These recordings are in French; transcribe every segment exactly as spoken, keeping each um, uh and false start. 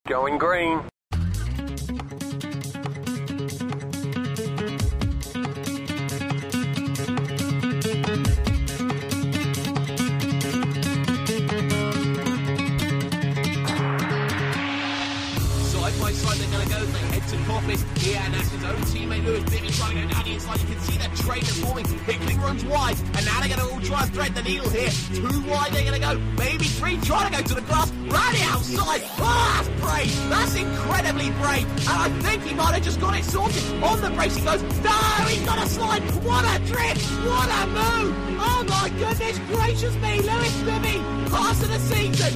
Going green. They're going to go, they head to Corpus, here and that's his own teammate Lewis Bibby trying to go down the inside, you can see that train is forming, Hickling runs wide, and now they're going to all try and thread the needle here, two wide they're going to go, maybe three, trying to go to the glass, right outside, oh that's brave, that's incredibly brave, and I think he might have just got it sorted, on the brace he goes, no, he's got a slide, what a drift, what a move, oh my goodness gracious me, Lewis Bibby, pass of the season.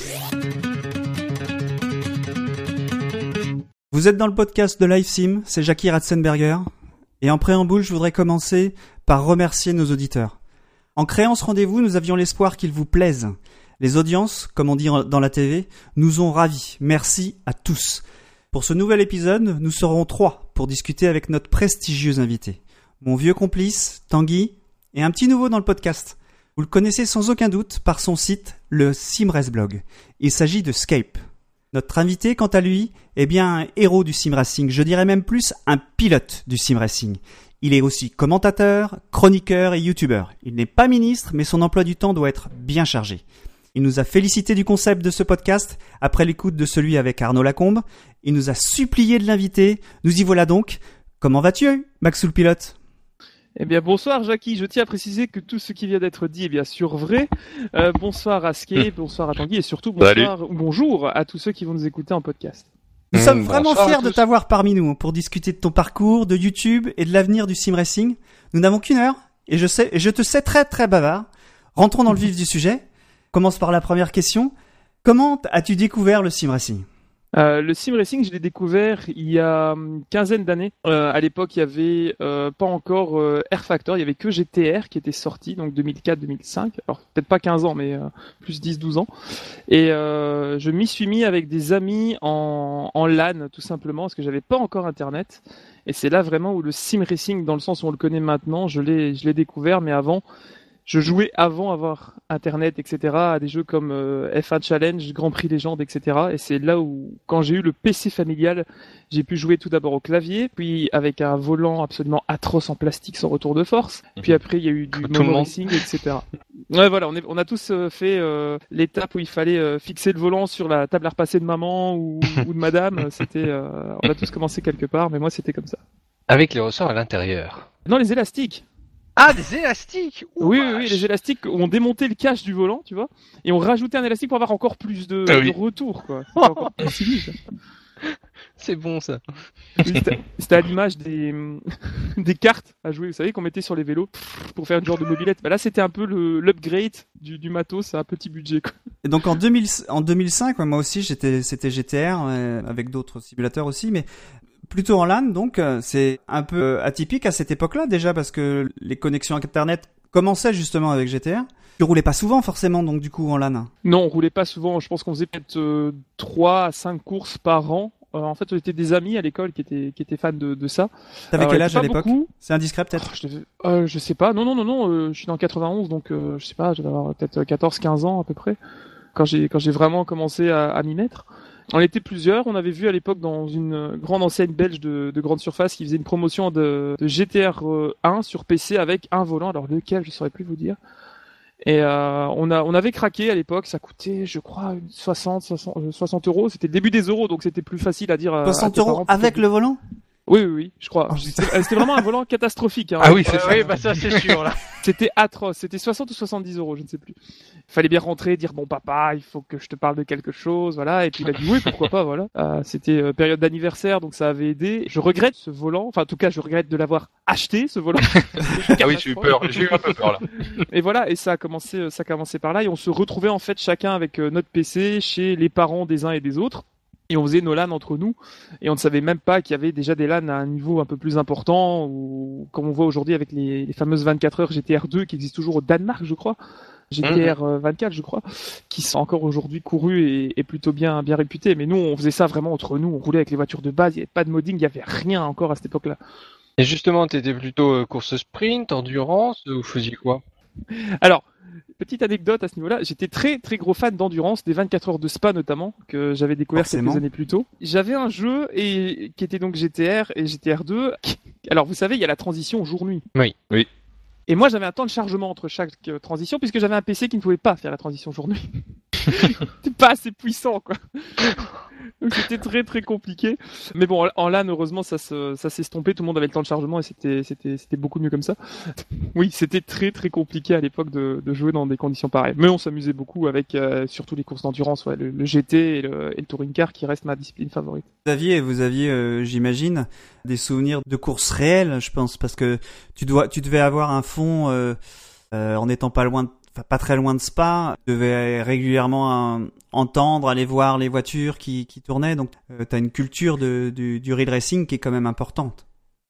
Vous êtes dans le podcast de LiveSim, c'est Jackie Ratzenberger. Et en préambule, je voudrais commencer par remercier nos auditeurs. En créant ce rendez-vous, nous avions l'espoir qu'il vous plaise. Les audiences, comme on dit dans la T V, nous ont ravis. Merci à tous. Pour ce nouvel épisode, nous serons trois pour discuter avec notre prestigieux invité. Mon vieux complice, Tanguy, et un petit nouveau dans le podcast. Vous le connaissez sans aucun doute par son site, le SimRaceblog. Il s'agit de Scape. Notre invité, quant à lui, est bien un héros du simracing, je dirais même plus un pilote du simracing. Il est aussi commentateur, chroniqueur et youtubeur. Il n'est pas ministre, mais son emploi du temps doit être bien chargé. Il nous a félicité du concept de ce podcast après l'écoute de celui avec Arnaud Lacombe. Il nous a supplié de l'inviter. Nous y voilà donc. Comment vas-tu, Maxou le pilote ? Eh bien, bonsoir Jackie, je tiens à préciser que tout ce qui vient d'être dit est bien sûr vrai. Euh, bonsoir à Ske, bonsoir à Tanguy et surtout bonsoir ou bonjour à tous ceux qui vont nous écouter en podcast. Nous mmh, sommes vraiment bonsoir fiers de t'avoir parmi nous pour discuter de ton parcours, de YouTube et de l'avenir du simracing. Nous n'avons qu'une heure et je sais, et je te sais très très bavard. Rentrons dans le vif du sujet. Commence par la première question. Comment as-tu découvert le simracing ? Euh, le simracing, je l'ai découvert il y a une quinzaine d'années. Euh, à l'époque, il y avait euh, pas encore euh, R Factor, il y avait que G T R qui était sorti, donc deux mille quatre deux mille cinq. Alors peut-être pas quinze ans, mais euh, plus dix douze ans. Et euh, je m'y suis mis avec des amis en, en LAN, tout simplement, parce que j'avais pas encore Internet. Et c'est là vraiment où le simracing, dans le sens où on le connaît maintenant, je l'ai, je l'ai découvert, mais avant. Je jouais avant avoir Internet, et cetera, à des jeux comme euh, F un Challenge, Grand Prix Légende, et cetera. Et c'est là où, quand j'ai eu le P C familial, j'ai pu jouer tout d'abord au clavier, puis avec un volant absolument atroce en plastique sans retour de force. Puis après, il y a eu du mono racing, et cetera. Ouais, voilà, on, est, on a tous euh, fait euh, l'étape où il fallait euh, fixer le volant sur la table à repasser de maman ou, ou de madame. C'était, euh, on a tous commencé quelque part, mais moi c'était comme ça. Avec les ressorts à l'intérieur. Non, les élastiques. Ah, des élastiques. Ouh, oui, oui, oui, les élastiques où on démontait le cache du volant, tu vois, et on rajoutait un élastique pour avoir encore plus de, ah oui. de retour, quoi. C'était encore plus fini, ça. C'est bon, ça. C'était, c'était à l'image des, des cartes à jouer, vous savez, qu'on mettait sur les vélos pour faire une genre de mobilette. Bah là, c'était un peu le, l'upgrade du, du matos à un petit budget, quoi. Et donc en, deux mille, en deux mille cinq, moi aussi, j'étais, c'était G T R, euh, avec d'autres simulateurs aussi, mais plutôt en LAN, donc c'est un peu atypique à cette époque-là déjà parce que les connexions Internet commençaient justement avec G T R. Tu roulais pas souvent forcément donc du coup en LAN. Non, on roulait pas souvent. Je pense qu'on faisait peut-être euh, trois à cinq courses par an. Euh, en fait, on était des amis à l'école qui étaient qui étaient fans de, de ça. T'avais Alors, quel âge à l'époque ? Beaucoup. C'est indiscret peut-être. Oh, je, euh, je sais pas. Non, non, non, non. Euh, je suis né en quatre-vingt-onze, donc euh, je sais pas. Je devais avoir peut-être quatorze quinze ans à peu près quand j'ai quand j'ai vraiment commencé à, à m'y mettre. On était plusieurs, on avait vu à l'époque dans une grande enseigne belge de, de grande surface qui faisait une promotion de, de G T R un sur P C avec un volant, alors lequel je saurais plus vous dire. Et euh, on a on avait craqué à l'époque, ça coûtait je crois soixante, soixante, soixante euros, c'était le début des euros donc c'était plus facile à dire. soixante euros avec le volant ? Oui, oui, oui, je crois. C'était, c'était vraiment un volant catastrophique. Hein. Ah oui, c'est euh, oui, bah ça c'est sûr là. C'était atroce. C'était soixante ou soixante-dix euros, je ne sais plus. Il fallait bien rentrer, dire bon papa, il faut que je te parle de quelque chose, voilà. Et puis il a dit oui, pourquoi pas, voilà. Euh, c'était euh, période d'anniversaire, donc ça avait aidé. Je regrette ce volant. Enfin, en tout cas, je regrette de l'avoir acheté, ce volant. Ah oui, j'ai eu peur. J'ai eu un peu peur là. Et voilà, et ça a commencé, ça a commencé par là. Et on se retrouvait en fait chacun avec euh, notre P C chez les parents des uns et des autres. Et on faisait nos LAN entre nous, et on ne savait même pas qu'il y avait déjà des LAN à un niveau un peu plus important, ou comme on voit aujourd'hui avec les, les fameuses vingt-quatre heures G T R deux qui existent toujours au Danemark, je crois, G T R vingt-quatre, je crois, qui sont encore aujourd'hui courus et, et plutôt bien bien réputés. Mais nous, on faisait ça vraiment entre nous, on roulait avec les voitures de base, il n'y avait pas de modding, il n'y avait rien encore à cette époque-là. Et justement, t'étais plutôt euh, course sprint, endurance, ou faisiez quoi ? Alors, petite anecdote à ce niveau-là, j'étais très très gros fan d'endurance, des vingt-quatre heures de Spa notamment, que j'avais découvert Forcément. quelques années plus tôt. J'avais un jeu et qui était donc G T R et G T R deux. Alors vous savez, il y a la transition jour-nuit. Oui. Oui. Et moi j'avais un temps de chargement entre chaque euh, transition puisque j'avais un P C qui ne pouvait pas faire la transition jour-nuit. C'était pas assez puissant quoi. Donc c'était très très compliqué. Mais bon, en LAN heureusement ça se, ça s'est estompé, tout le monde avait le temps de chargement et c'était c'était c'était beaucoup mieux comme ça. Oui, c'était très très compliqué à l'époque de, de jouer dans des conditions pareilles. Mais on s'amusait beaucoup avec euh, surtout les courses d'endurance, ouais, le, le G T et le, et le touring car qui reste ma discipline favorite. Vous aviez, vous aviez, euh, j'imagine, des souvenirs de courses réelles, je pense, parce que tu dois, tu devais avoir un fond euh, euh, en étant pas loin de Enfin, pas très loin de Spa, tu devais régulièrement euh, entendre, aller voir les voitures qui, qui tournaient, donc euh, tu as une culture de, du, du real racing qui est quand même importante.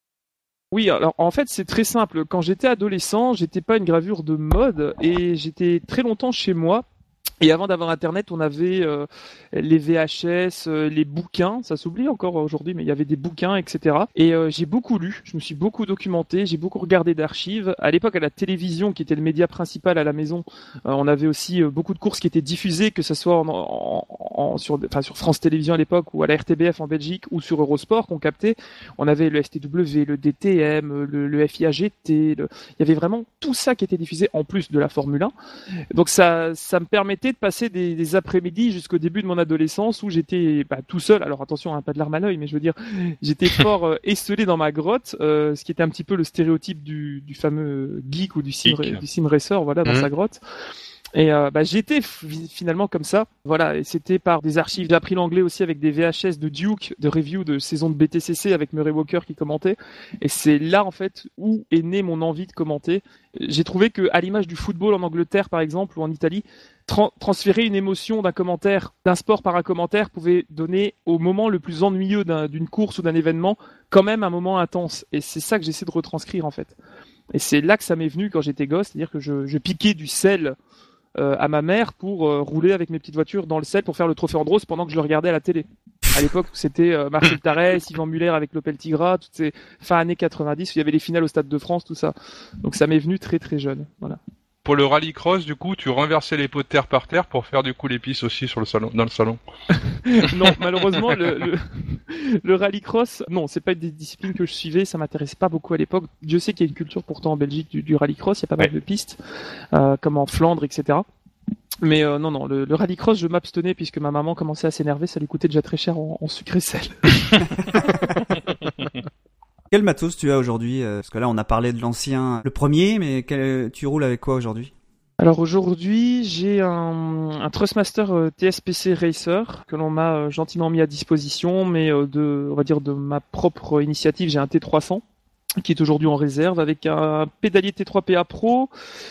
Oui, alors en fait c'est très simple. Quand j'étais adolescent, j'étais pas une gravure de mode et j'étais très longtemps chez moi. Et avant d'avoir Internet, on avait euh, les V H S, euh, les bouquins, ça s'oublie encore aujourd'hui, mais il y avait des bouquins, et cetera. Et euh, j'ai beaucoup lu, je me suis beaucoup documenté, j'ai beaucoup regardé d'archives. À l'époque, à la télévision, qui était le média principal à la maison, euh, on avait aussi euh, beaucoup de courses qui étaient diffusées, que ce soit en, en, en, sur, enfin, sur France Télévisions à l'époque, ou à la R T B F en Belgique, ou sur Eurosport qu'on captait. On avait le S T W, le D T M, le, le F I A G T, le... il y avait vraiment tout ça qui était diffusé, en plus de la Formule un. Donc ça, ça me permettait de passer des, des après-midi jusqu'au début de mon adolescence où j'étais bah, tout seul. Alors attention, hein, pas de larmes à l'œil, mais je veux dire, j'étais fort euh, esselé dans ma grotte, euh, ce qui était un petit peu le stéréotype du, du fameux geek ou du sim, Geek. du sim racer, voilà, dans Mmh. sa grotte. Et euh, bah, j'étais f- finalement comme ça, voilà, et c'était par des archives. J'ai appris l'anglais aussi avec des V H S de Duke, de review de saison de B T C C avec Murray Walker qui commentait. Et c'est là en fait où est née mon envie de commenter. J'ai trouvé que, à l'image du football en Angleterre par exemple ou en Italie, tra- transférer une émotion d'un commentaire, d'un sport par un commentaire, pouvait donner au moment le plus ennuyeux d'un- d'une course ou d'un événement quand même un moment intense. Et c'est ça que j'essaie de retranscrire en fait. Et c'est là que ça m'est venu quand j'étais gosse, c'est-à-dire que je, je piquais du sel euh, à ma mère pour euh, rouler avec mes petites voitures dans le sel pour faire le trophée Andros pendant que je le regardais à la télé. À l'époque où c'était euh, Marcel Tarès, Yvan Muller avec l'Opel Tigra, toutes ces fin années quatre-vingt-dix, où il y avait les finales au Stade de France, tout ça. Donc ça m'est venu très très jeune. Voilà. Pour le rallycross, du coup, tu renversais les pots de terre par terre pour faire du coup les pistes aussi sur le salon, dans le salon. Non, malheureusement, le, le, le rallycross, non, c'est pas une des disciplines que je suivais, ça m'intéressait pas beaucoup à l'époque. Dieu sait qu'il y a une culture pourtant en Belgique du, du rallycross, il y a pas mal Ouais. de pistes, euh, comme en Flandre, et cetera. Mais euh, non, non, le, le rallycross, je m'abstenais puisque ma maman commençait à s'énerver, ça lui coûtait déjà très cher en, en sucre et sel. Quel matos tu as aujourd'hui euh, Parce que là, on a parlé de l'ancien, le premier, mais quel, tu roules avec quoi aujourd'hui? Alors aujourd'hui, j'ai un, un Trustmaster euh, T S P C Racer que l'on m'a euh, gentiment mis à disposition, mais euh, de, on va dire de ma propre initiative, j'ai un T trois cents qui est aujourd'hui en réserve avec un pédalier T trois P A Pro,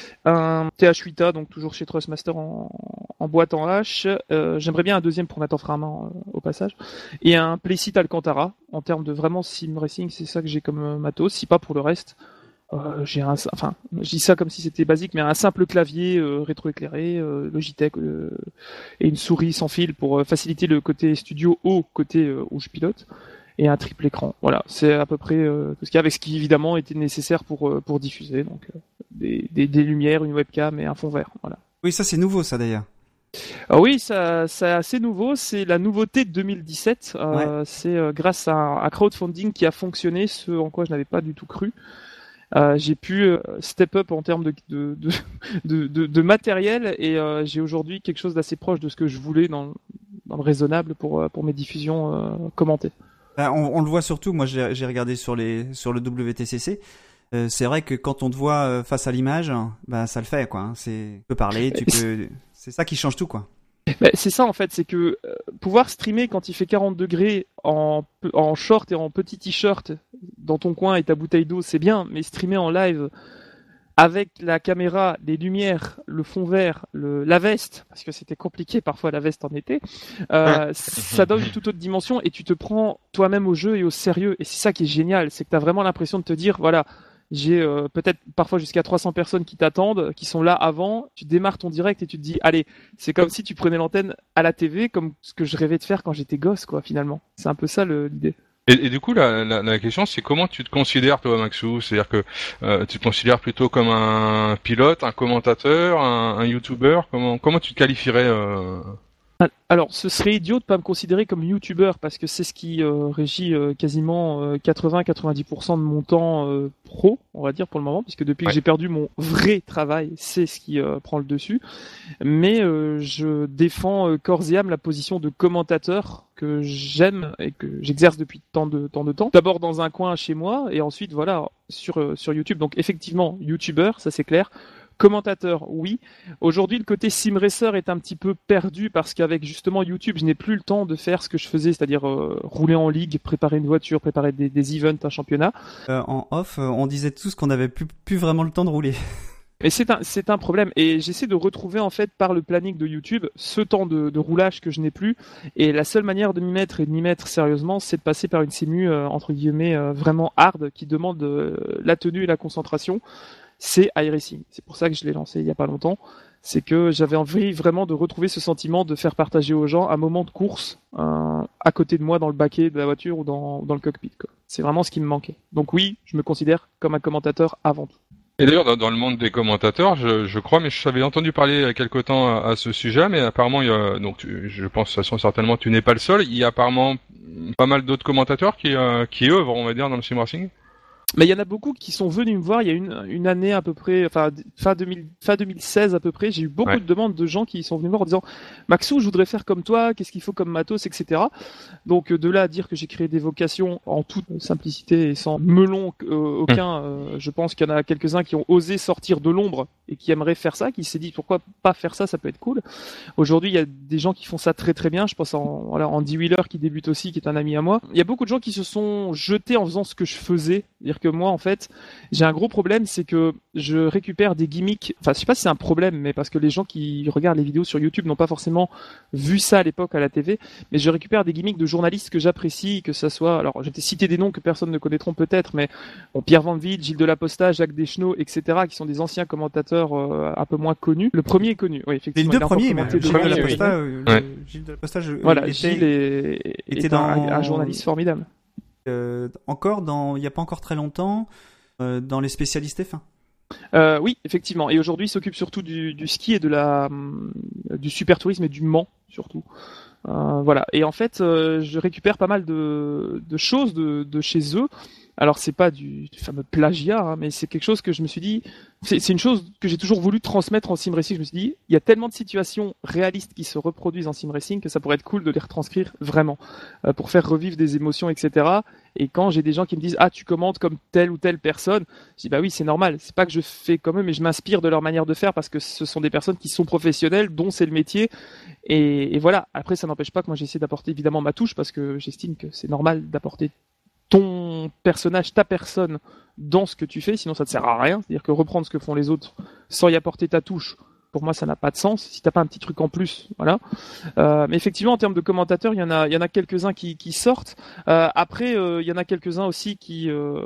un T H huit A, donc toujours chez Trustmaster en, en boîte en H. Euh, j'aimerais bien un deuxième pour mettre en frein à main euh, au passage, et un Playseat Alcantara. En termes de vraiment sim racing, c'est ça que j'ai comme euh, matos, si pas pour le reste. Euh, j'ai un, enfin, je dis ça comme si c'était basique, mais un simple clavier euh, rétroéclairé, euh, Logitech euh, et une souris sans fil pour euh, faciliter le côté studio au côté euh, où je pilote, et un triple écran. Voilà, c'est à peu près euh, tout ce qu'il y a, avec ce qui évidemment était nécessaire pour euh, pour diffuser, donc euh, des, des des lumières, une webcam et un fond vert. Voilà. Oui, ça c'est nouveau, ça d'ailleurs. Ah oui, ça, c'est assez nouveau. C'est la nouveauté de deux mille dix-sept. Euh, C'est euh, grâce à un, un crowdfunding qui a fonctionné, ce en quoi je n'avais pas du tout cru. Euh, j'ai pu euh, step up en termes de, de, de, de, de, de matériel et euh, j'ai aujourd'hui quelque chose d'assez proche de ce que je voulais dans, dans le raisonnable pour, euh, pour mes diffusions euh, commentées. Ben, on, on le voit surtout, moi j'ai, j'ai regardé sur, les, sur le W T C C. Euh, c'est vrai que quand on te voit euh, face à l'image, ben, ça le fait, quoi. Hein. C'est, tu peux parler, tu peux... c'est ça qui change tout, quoi. Ben, c'est ça en fait, c'est que euh, pouvoir streamer quand il fait quarante degrés en, en short et en petit t-shirt dans ton coin et ta bouteille d'eau, c'est bien, mais streamer en live avec la caméra, les lumières, le fond vert, le, la veste, parce que c'était compliqué parfois la veste en été, euh, ça donne une toute autre dimension et tu te prends toi-même au jeu et au sérieux. Et c'est ça qui est génial, c'est que tu as vraiment l'impression de te dire, voilà, j'ai euh, peut-être parfois jusqu'à trois cents personnes qui t'attendent, qui sont là avant, tu démarres ton direct et tu te dis, allez, c'est comme si tu prenais l'antenne à la T V, comme ce que je rêvais de faire quand j'étais gosse, quoi, finalement. C'est un peu ça le, l'idée. Et, et du coup, la, la, la question, c'est comment tu te considères, toi, Maxou? C'est-à-dire que euh, tu te considères plutôt comme un pilote, un commentateur, un, un YouTuber? Comment, comment tu te qualifierais euh... Alors, ce serait idiot de pas me considérer comme youtubeur parce que c'est ce qui euh, régit euh, quasiment euh, quatre-vingts à quatre-vingt-dix pour cent de mon temps euh, pro, on va dire pour le moment, puisque depuis ouais. que j'ai perdu mon vrai travail, c'est ce qui euh, prend le dessus. Mais euh, je défends euh, corps et âme la position de commentateur que j'aime et que j'exerce depuis tant de tant de temps. D'abord dans un coin chez moi et ensuite voilà sur euh, sur YouTube. Donc effectivement, youtubeur, ça c'est clair. Commentateur, oui. Aujourd'hui, le côté sim racer est un petit peu perdu parce qu'avec justement YouTube, je n'ai plus le temps de faire ce que je faisais, c'est-à-dire euh, rouler en ligue, préparer une voiture, préparer des, des events, un championnat. Euh, en off, euh, on disait tous qu'on n'avait plus, plus vraiment le temps de rouler. Et c'est un, c'est un problème. Et j'essaie de retrouver en fait par le planning de YouTube ce temps de, de roulage que je n'ai plus. Et la seule manière de m'y mettre et de m'y mettre sérieusement, c'est de passer par une simu euh, entre guillemets euh, vraiment hard qui demande euh, la tenue et la concentration. C'est iRacing. C'est pour ça que je l'ai lancé il y a pas longtemps. C'est que j'avais envie vraiment de retrouver ce sentiment de faire partager aux gens un moment de course euh, à côté de moi dans le baquet de la voiture ou dans, dans le cockpit, quoi. C'est vraiment ce qui me manquait. Donc oui, je me considère comme un commentateur avant tout. Et d'ailleurs, dans, dans le monde des commentateurs, je, je crois, mais je savais entendu parler il y a quelque temps à, à ce sujet, mais apparemment, il y a, donc tu, je pense de toute façon certainement tu n'es pas le seul. Il y a apparemment pas mal d'autres commentateurs qui, euh, qui œuvrent, on va dire, dans le sim racing. Mais il y en a beaucoup qui sont venus me voir il y a une, une année à peu près, enfin fin, deux mille, fin deux mille seize à peu près, j'ai eu beaucoup ouais. de demandes de gens qui sont venus me voir en disant « Maxou, je voudrais faire comme toi, qu'est-ce qu'il faut comme matos, et cetera » Donc de là à dire que j'ai créé des vocations en toute simplicité et sans melon euh, aucun, mmh. euh, je pense qu'il y en a quelques-uns qui ont osé sortir de l'ombre et qui aimeraient faire ça, qui s'est dit « Pourquoi pas faire ça, ça peut être cool ». Aujourd'hui, il y a des gens qui font ça très très bien, je pense en voilà, Andy Wheeler qui débute aussi, qui est un ami à moi. Il y a beaucoup de gens qui se sont jetés en faisant ce que je faisais, c'est-à-dire que moi en fait, j'ai un gros problème, c'est que je récupère des gimmicks, enfin je sais pas si c'est un problème, mais parce que les gens qui regardent les vidéos sur YouTube n'ont pas forcément vu ça à l'époque à la T V, mais je récupère des gimmicks de journalistes que j'apprécie, que ça soit, alors je vais citer des noms que personne ne connaîtront peut-être, mais bon, Pierre Van Vliet, Gilles Delaposta, Jacques Deschenaux, et cetera, qui sont des anciens commentateurs euh, un peu moins connus. Le premier est connu, oui effectivement. Les deux premiers, mais Gilles Delaposta, euh, ouais. Gilles Delaposta, je, voilà, était, Gilles est, était est dans... un, un journaliste formidable. Euh, encore dans, il y a pas encore très longtemps, euh, dans les spécialistes F un. Euh, oui, effectivement. Et aujourd'hui, il s'occupe surtout du, du ski et de la, du super tourisme et du Mans surtout. Euh, voilà. Et en fait, euh, je récupère pas mal de, de choses de, de chez eux. Alors c'est pas du, du fameux plagiat, hein, mais c'est quelque chose que je me suis dit, c'est, c'est une chose que j'ai toujours voulu transmettre en sim racing. Je me suis dit, il y a tellement de situations réalistes qui se reproduisent en sim racing que ça pourrait être cool de les retranscrire vraiment euh, pour faire revivre des émotions, et cetera. Et quand j'ai des gens qui me disent, ah tu commentes comme telle ou telle personne, je dis bah oui c'est normal. C'est pas que je fais comme eux, mais je m'inspire de leur manière de faire parce que ce sont des personnes qui sont professionnelles, dont c'est le métier. Et, et voilà. Après ça n'empêche pas que moi j'essaie d'apporter évidemment ma touche parce que j'estime que c'est normal d'apporter ton personnage, ta personne dans ce que tu fais, sinon ça ne sert à rien. C'est-à-dire que reprendre ce que font les autres sans y apporter ta touche, pour moi ça n'a pas de sens. Si t'as pas un petit truc en plus, voilà. Euh, mais effectivement en termes de commentateurs, il y en a, il y en a quelques-uns qui, qui sortent. Euh, après, euh, il y en a quelques-uns aussi qui euh,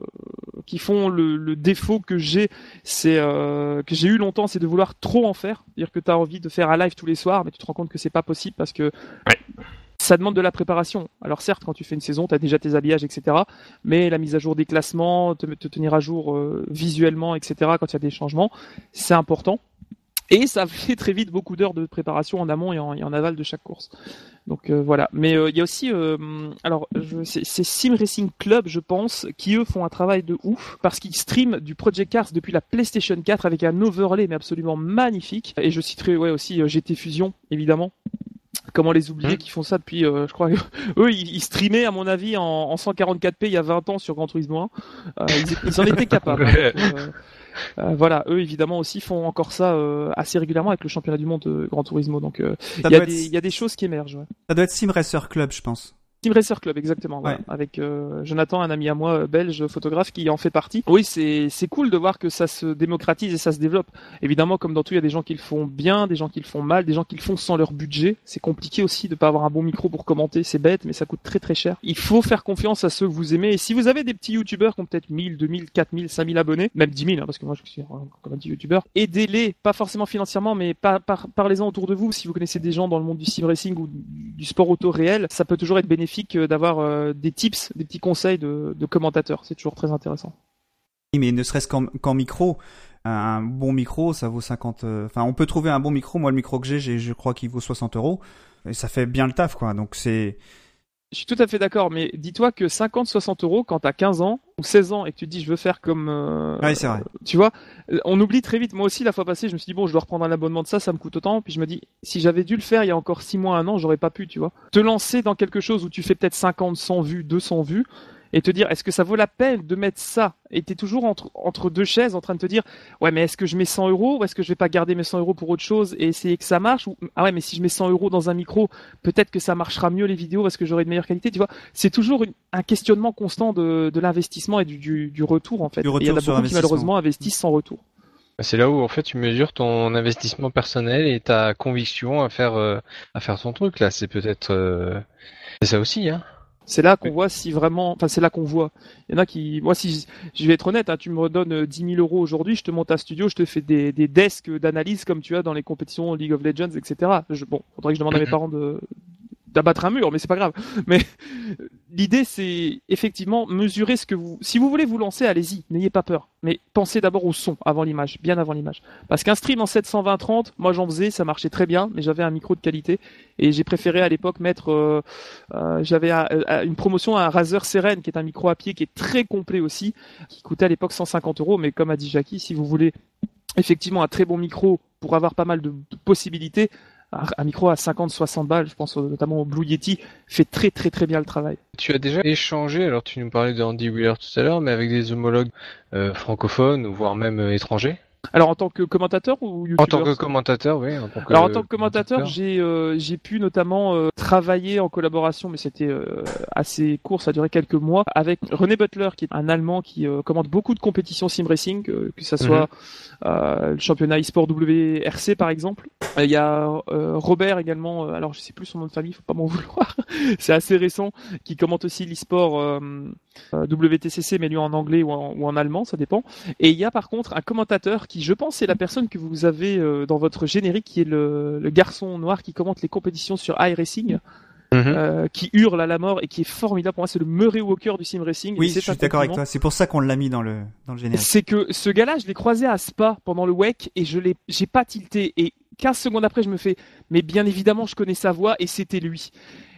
qui font le, le défaut que j'ai, c'est euh, que j'ai eu longtemps, c'est de vouloir trop en faire. C'est-à-dire que t'as envie de faire un live tous les soirs, mais tu te rends compte que c'est pas possible parce que ouais. Ça demande de la préparation. Alors certes, quand tu fais une saison, tu as déjà tes habillages, et cetera. Mais la mise à jour des classements, te, te tenir à jour euh, visuellement, et cetera. Quand il y a des changements, c'est important. Et ça fait très vite beaucoup d'heures de préparation en amont et en, et en aval de chaque course. Donc euh, voilà. Mais il euh, y a aussi, euh, alors je, c'est, c'est Sim Racing Club, je pense, qui eux font un travail de ouf parce qu'ils streament du Project Cars depuis la PlayStation quatre avec un overlay mais absolument magnifique. Et je citerai ouais aussi euh, G T Fusion, évidemment. Comment les oublier mmh. qui font ça depuis, euh, je crois, eux ils, ils streamaient à mon avis en, en cent quarante-quatre p il y a vingt ans sur Gran Turismo un. Euh, ils, ils en étaient capables. Hein, euh, euh, voilà, eux évidemment aussi font encore ça euh, assez régulièrement avec le championnat du monde de Gran Turismo. Donc il euh, y, être... y a des choses qui émergent. Ouais. Ça doit être Sim Racer Club, je pense. Sim Racer Club, exactement. Voilà, ouais. Avec euh, Jonathan, un ami à moi, belge, photographe, qui en fait partie. Oui, c'est c'est cool de voir que ça se démocratise et ça se développe. Évidemment, comme dans tout, il y a des gens qui le font bien, des gens qui le font mal, des gens qui le font sans leur budget. C'est compliqué aussi de pas avoir un bon micro pour commenter, c'est bête, mais ça coûte très très cher. Il faut faire confiance à ceux que vous aimez. Et si vous avez des petits youtubeurs qui ont peut-être mille, deux mille, quatre mille, cinq mille abonnés, même dix mille, hein, parce que moi je suis comme un petit youtubeur, aidez-les, pas forcément financièrement, mais par, par, parlez-en autour de vous. Si vous connaissez des gens dans le monde du sim racing ou du sport auto réel, ça peut toujours être bénéfique bénéfique d'avoir euh, des tips, des petits conseils de, de commentateurs. C'est toujours très intéressant. Oui, mais ne serait-ce qu'en, qu'en micro, un bon micro, ça vaut cinquante. Enfin, on peut trouver un bon micro. Moi, le micro que j'ai, j'ai je crois qu'il vaut soixante euros. Et ça fait bien le taf, quoi. Donc c'est. Je suis tout à fait d'accord, mais dis-toi que cinquante, soixante euros quand t'as quinze ans ou seize ans et que tu te dis je veux faire comme, euh, ouais, c'est vrai. Tu vois, on oublie très vite. Moi aussi, la fois passée, je me suis dit bon, je dois reprendre un abonnement de ça, ça me coûte autant. Puis je me dis, si j'avais dû le faire il y a encore six mois, un an, j'aurais pas pu, tu vois. Te lancer dans quelque chose où tu fais peut-être cinquante, cent vues, deux cents vues, et te dire est-ce que ça vaut la peine de mettre ça? Et t'es toujours entre, entre deux chaises en train de te dire ouais, mais est-ce que je mets cent euros ou est-ce que je vais pas garder mes cent euros pour autre chose et essayer que ça marche? Ou ah ouais, mais si je mets cent euros dans un micro, peut-être que ça marchera mieux les vidéos parce que j'aurai de meilleure qualité, tu vois. C'est toujours une, un questionnement constant de, de l'investissement et du, du, du retour en fait. Du retour et il y en a sur beaucoup qui malheureusement investissent sans retour. C'est là où en fait tu mesures ton investissement personnel et ta conviction à faire euh, à faire ton truc là. C'est peut-être euh... c'est ça aussi, hein. C'est là qu'on voit si vraiment, enfin c'est là qu'on voit. Il y en a qui, moi si je vais être honnête, hein, tu me redonnes dix mille euros aujourd'hui, je te monte un studio, je te fais des, des desks d'analyse comme tu as dans les compétitions League of Legends, et cetera. Je, bon, faudrait que je demande à mes parents de d'abattre un mur, mais c'est pas grave. Mais l'idée, c'est effectivement mesurer ce que vous... Si vous voulez vous lancer, allez-y, n'ayez pas peur. Mais pensez d'abord au son avant l'image, bien avant l'image. Parce qu'un stream en sept cent vingt trente, moi j'en faisais, ça marchait très bien, mais j'avais un micro de qualité. Et j'ai préféré à l'époque mettre... Euh, euh, j'avais un, une promotion à un Razer Seren, qui est un micro à pied, qui est très complet aussi, qui coûtait à l'époque cent cinquante euros. Mais comme a dit Jackie, si vous voulez effectivement un très bon micro pour avoir pas mal de, de possibilités, un micro à cinquante soixante balles, je pense notamment au Blue Yeti, fait très très très bien le travail. Tu as déjà échangé, alors tu nous parlais de Andy Wheeler tout à l'heure, mais avec des homologues euh, francophones ou voire même euh, étrangers? Alors en tant que commentateur ou youtubeur? En tant que commentateur, oui. En tant que Alors en tant que commentateur, j'ai euh, j'ai pu notamment euh, travailler en collaboration, mais c'était euh, assez court, ça a duré quelques mois, avec René Butler, qui est un Allemand qui euh, commente beaucoup de compétitions sim racing, euh, que ça soit mm-hmm. euh, le championnat e-sport W R C par exemple. Il y a euh, Robert également, euh, alors je sais plus son nom de famille, faut pas m'en vouloir, c'est assez récent, qui commente aussi l'e-sport euh, euh, W T C C, mais lui en anglais ou en, ou en allemand, ça dépend. Et il y a par contre un commentateur qui, je pense, c'est la personne que vous avez euh, dans votre générique, qui est le, le garçon noir qui commente les compétitions sur iRacing, mmh. euh, qui hurle à la mort et qui est formidable. Pour moi, c'est le Murray Walker du sim racing. Oui, je suis d'accord avec toi. C'est pour ça qu'on l'a mis dans le dans le générique. C'est que ce gars-là, je l'ai croisé à Spa pendant le W E C et je l'ai, j'ai pas tilté. Et quinze secondes après, je me fais, mais bien évidemment, je connais sa voix et c'était lui.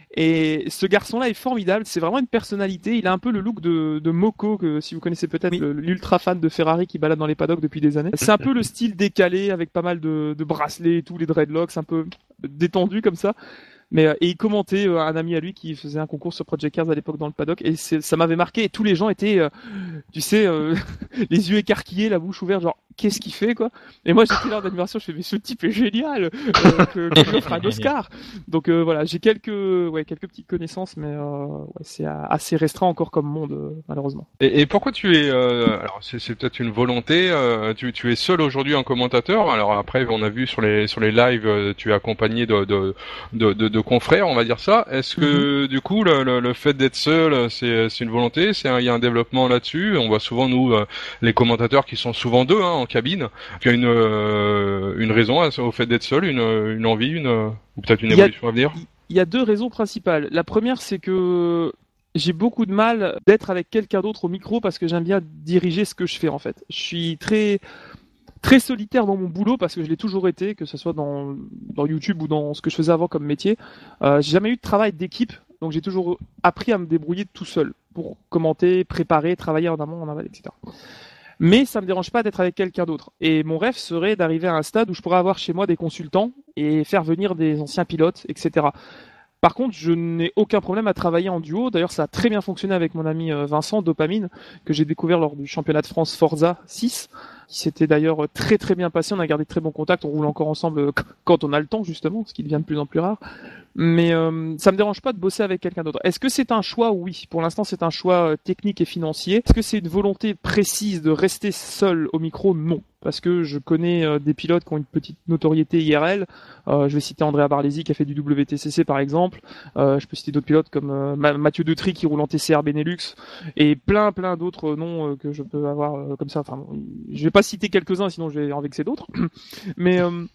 Et ce garçon-là est formidable, c'est vraiment une personnalité. Il a un peu le look de, de Moko, que si vous connaissez peut-être, oui. le, l'ultra fan de Ferrari qui balade dans les paddocks depuis des années. C'est un peu le style décalé avec pas mal de, de bracelets et tout, les dreadlocks, un peu détendu comme ça. Mais et il commentait euh, un ami à lui qui faisait un concours sur Project Cars à l'époque dans le paddock et c'est, ça m'avait marqué et tous les gens étaient, euh, tu sais, euh, les yeux écarquillés, la bouche ouverte, genre qu'est-ce qu'il fait quoi. Et moi j'étais là en admiration, je fais mais ce type est génial, euh, que, que je ferai un Oscar. Donc euh, voilà, j'ai quelques, ouais, quelques petites connaissances, mais euh, ouais, c'est assez restreint encore comme monde euh, malheureusement. Et, et pourquoi tu es, euh, alors c'est, c'est peut-être une volonté, euh, tu, tu es seul aujourd'hui en commentateur. Alors après on a vu sur les sur les lives, euh, tu es accompagné de de de, de, de confrères, on va dire ça. Est-ce que mm-hmm. du coup le, le, le fait d'être seul, c'est, c'est une volonté, c'est un, il y a un développement là-dessus. On voit souvent nous euh, les commentateurs qui sont souvent deux hein, en cabine. Il y a une euh, une raison à, au fait d'être seul, une une envie, une ou peut-être une évolution a, à venir. Il y a deux raisons principales. La première, c'est que j'ai beaucoup de mal d'être avec quelqu'un d'autre au micro parce que j'aime bien diriger ce que je fais en fait. Je suis très très solitaire dans mon boulot parce que je l'ai toujours été, que ce soit dans dans YouTube ou dans ce que je faisais avant comme métier. Euh, j'ai jamais eu de travail d'équipe, donc j'ai toujours appris à me débrouiller tout seul pour commenter, préparer, travailler en amont, en aval, et cetera. Mais ça me dérange pas d'être avec quelqu'un d'autre. Et mon rêve serait d'arriver à un stade où je pourrais avoir chez moi des consultants et faire venir des anciens pilotes, et cetera. Par contre, je n'ai aucun problème à travailler en duo. D'ailleurs, ça a très bien fonctionné avec mon ami Vincent Dopamine, que j'ai découvert lors du championnat de France Forza six, qui s'était d'ailleurs très très bien passé. On a gardé de très bons contacts. On roule encore ensemble quand on a le temps, justement, ce qui devient de plus en plus rare. Mais euh, ça me dérange pas de bosser avec quelqu'un d'autre. Est-ce que c'est un choix? Oui. Pour l'instant, c'est un choix technique et financier. Est-ce que c'est une volonté précise de rester seul au micro? Non. Parce que je connais euh, des pilotes qui ont une petite notoriété I R L. Euh, je vais citer Andrea Barlesi qui a fait du W T C C par exemple. Euh, je peux citer d'autres pilotes comme euh, Mathieu Detry qui roule en T C R Benelux et plein plein d'autres noms euh, que je peux avoir euh, comme ça. Enfin, je vais pas citer quelques-uns sinon je vais en vexer d'autres. Mais euh,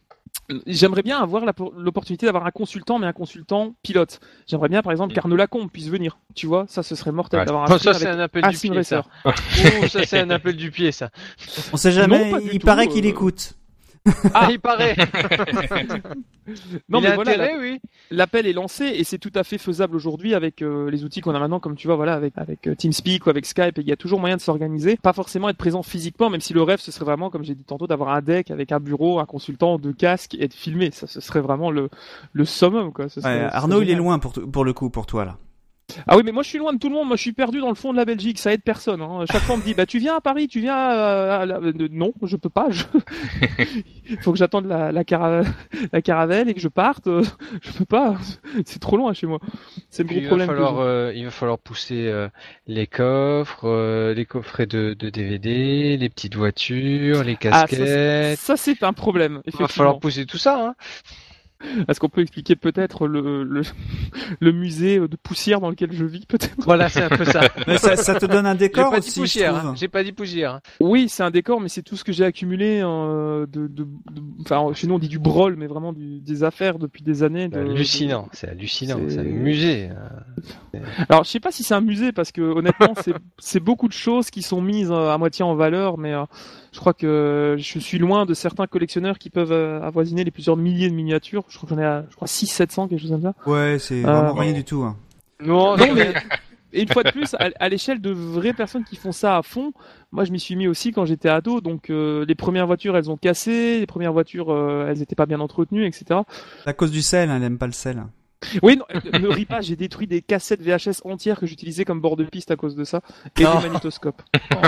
J'aimerais bien avoir la, l'opportunité d'avoir un consultant, mais un consultant pilote. J'aimerais bien, par exemple, Mm. qu'Arnaud Lacombe puisse venir. Tu vois, ça, ce serait mortel Ouais. d'avoir un Oh, ça, stream c'est avec un appel du Sim pied, ça. Racer. Oh, ça, c'est un appel du pied, ça. On sait jamais, pas du il tout, paraît euh. qu'il écoute. Ah, il paraît. Non, il mais a voilà, intérêt, oui. l'appel est lancé et c'est tout à fait faisable aujourd'hui avec euh, les outils qu'on a maintenant, comme tu vois, voilà, avec, avec euh, TeamSpeak ou avec Skype. Et il y a toujours moyen de s'organiser, pas forcément être présent physiquement, même si le rêve ce serait vraiment, comme j'ai dit tantôt, d'avoir un deck avec un bureau, un consultant, deux casques et de filmer. Ça, ce serait vraiment le le summum, quoi. Ce serait- Ouais, ce serait Arnaud, il est génial. loin pour, t- pour le coup, pour toi là. Ah oui, mais moi je suis loin de tout le monde. Moi je suis perdu dans le fond de la Belgique. Ça aide personne. Hein. Chaque fois on me dit, bah tu viens à Paris, tu viens à... à la- euh, non, je peux pas. Je... Il faut que j'attende la la, cara... la caravelle et que je parte. Euh, Je peux pas. C'est trop loin chez moi. C'est le Puis gros il va problème. que falloir, j'ai. euh, il va falloir pousser euh, les coffres, euh, les coffrets de, de D V D, les petites voitures, les Ah, ça, c'est- casquettes. ça c'est un problème. Il va Effectivement. falloir pousser tout ça, hein. Est-ce qu'on peut expliquer peut-être le, le le musée de poussière dans lequel je vis peut-être? Voilà, c'est un peu ça. Mais ça, ça te donne un J'ai décor pas dit aussi, je poussière, trouve. hein. J'ai pas dit poussière. hein. Oui, c'est un décor, mais c'est tout ce que j'ai accumulé euh, de, de, de- enfin, chez nous on dit du brol, mais vraiment du, des affaires depuis des années. De, hallucinant, c'est hallucinant, c'est- c'est un musée. de- Alors, je sais pas si c'est un musée, parce que honnêtement, c'est, c'est beaucoup de choses qui sont mises euh, à moitié en valeur, mais euh, je crois que je suis loin de certains collectionneurs qui peuvent euh, avoisiner les plusieurs milliers de miniatures. Je crois que j'en ai, à, je crois, six sept cents, quelque chose comme ça. Ouais, c'est vraiment Euh, rien du tout. Hein. Non, Non, mais et une fois de plus, à, à l'échelle de vraies personnes qui font ça à fond, moi je m'y suis mis aussi quand j'étais ado. Donc euh, les premières voitures, elles ont cassé, les premières voitures, euh, elles étaient pas bien entretenues, et cetera. C'est à cause du sel, hein, elle aime pas le sel. Oui, non, euh, ne ris pas, j'ai détruit des cassettes V H S entières que j'utilisais comme bord de piste à cause de ça, et Non. des magnétoscopes.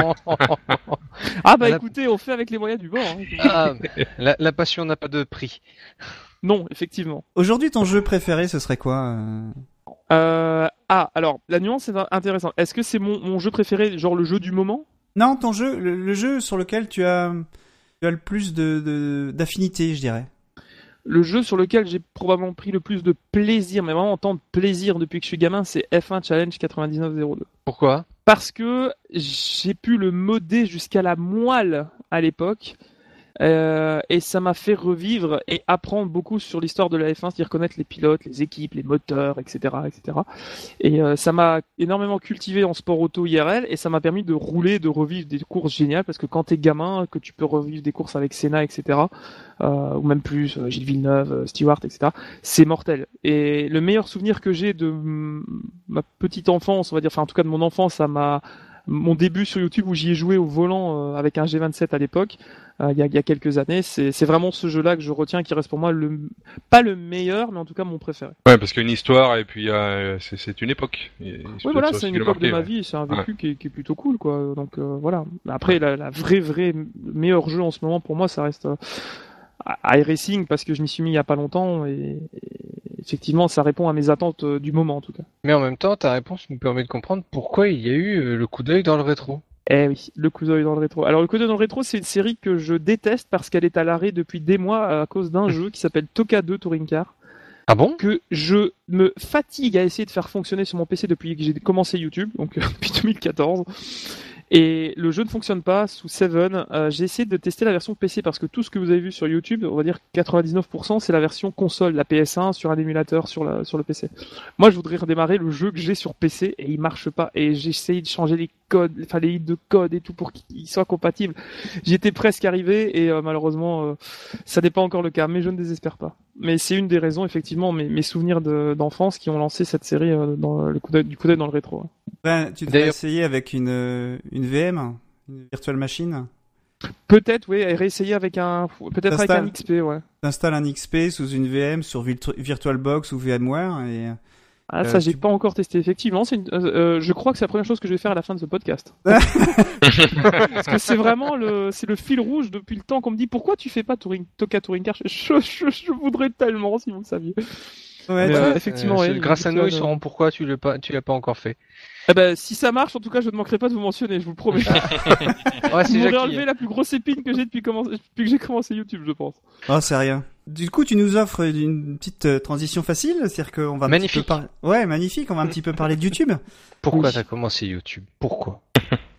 Ah bah La- écoutez, on fait avec les moyens du bord. Hein. Ah, la, la passion n'a pas de prix. Non, effectivement. Aujourd'hui, ton jeu préféré, ce serait quoi euh Euh, ah, alors, la nuance est intéressante. Est-ce que c'est mon, mon jeu préféré, genre le jeu du moment? Non, ton jeu, le, le jeu sur lequel tu as, tu as le plus de, de- d'affinité, je dirais. Le jeu sur lequel j'ai probablement pris le plus de plaisir, mais vraiment tant de plaisir depuis que je suis gamin, c'est F un Challenge quatre-vingt-dix-neuf zéro deux. Pourquoi? Parce que j'ai pu le modder jusqu'à la moelle à l'époque. Euh, et ça m'a fait revivre et apprendre beaucoup sur l'histoire de la F un, c'est-à-dire connaître les pilotes, les équipes, les moteurs, et cetera, et cetera. Et euh, ça m'a énormément cultivé en sport auto I R L et ça m'a permis de rouler, de revivre des courses géniales parce que quand t'es gamin, que tu peux revivre des courses avec Senna, et cetera, euh, ou même plus, euh, Gilles Villeneuve, euh, Stewart, et cetera, c'est mortel. Et le meilleur souvenir que j'ai de m- ma petite enfance, on va dire, enfin en tout cas de mon enfance, ça m'a mon début sur YouTube où j'y ai joué au volant euh, avec un G vingt-sept à l'époque, euh, il y, a, il y a quelques années. C'est, c'est vraiment ce jeu-là que je retiens qui reste pour moi le pas le meilleur, mais en tout cas mon préféré. Ouais, parce qu'il y a une histoire et puis euh, c'est, c'est une époque. Et- et Oui, voilà, ça c'est aussi une qui l'a époque de marqué, ma ouais. vie, c'est un vécu qui, est, qui est plutôt cool, quoi. Donc euh, voilà. Après, la, la vraie, vraie le meilleur jeu en ce moment pour moi, ça reste euh, iRacing parce que je m'y suis mis il y a pas longtemps et, et effectivement, ça répond à mes attentes euh, du moment en tout cas. Mais en même temps, ta réponse nous permet de comprendre pourquoi il y a eu euh, le coup d'œil dans le rétro. Eh oui, le coup d'œil dans le rétro. Alors le coup d'œil dans le rétro, c'est une série que je déteste parce qu'elle est à l'arrêt depuis des mois à cause d'un jeu qui s'appelle Toka deux Touring Car, Ah bon? que je me fatigue à essayer de faire fonctionner sur mon P C depuis que j'ai commencé YouTube, donc euh, depuis deux mille quatorze. Et le jeu ne fonctionne pas sous Seven. Euh, j'ai essayé de tester la version P C parce que tout ce que vous avez vu sur YouTube, on va dire quatre-vingt-dix-neuf pour cent, c'est la version console, la P S un sur un émulateur sur la sur le P C. Moi, je voudrais redémarrer le jeu que j'ai sur P C et il marche pas. Et j'ai essayé de changer les codes, enfin les lignes de code et tout pour qu'ils soient compatibles. J'y étais presque arrivé et euh, malheureusement, euh, ça n'est pas encore le cas. Mais je ne désespère pas. Mais c'est une des raisons, effectivement, mes, mes souvenirs de, d'enfance qui ont lancé cette série euh, dans le coup d'œil, du coup d'œil dans le rétro. Ouais. Ben, tu devrais D'ailleurs- essayer avec une, euh, une V M, une virtual machine. Peut-être, oui, et réessayer avec un, peut-être avec T'installe- un X P, ouais. T'installes un X P sous une V M sur Virtu- VirtualBox ou VMware et Ah, Euh, ça, j'ai tu- pas encore testé. Effectivement, c'est une... euh, euh, je crois que c'est la première chose que je vais faire à la fin de ce podcast. Parce que c'est vraiment le, c'est le fil rouge depuis le temps qu'on me dit pourquoi tu fais pas Touring, Toka Touring Car. Je, je, je, je voudrais tellement, si vous le saviez. ouais, Mais, tu- euh, effectivement, Euh, ouais, c'est- grâce à nous, ils virtual, sauront pourquoi tu l'as pas, tu l'as pas encore fait. Eh ben, si ça marche, en tout cas, je ne manquerai pas de vous mentionner, je vous le promets. Ouais, Vous c'est m'aurez Jackie. enlevé la plus grosse épine que j'ai depuis, commencer... depuis que j'ai commencé YouTube, je pense. Oh, c'est rien. Du coup, tu nous offres une petite euh, transition facile, c'est-à-dire qu'on va un Magnifique. petit peu parler. Ouais, magnifique. On va un petit peu parler de YouTube. Pourquoi Oui. t'as commencé YouTube? Pourquoi?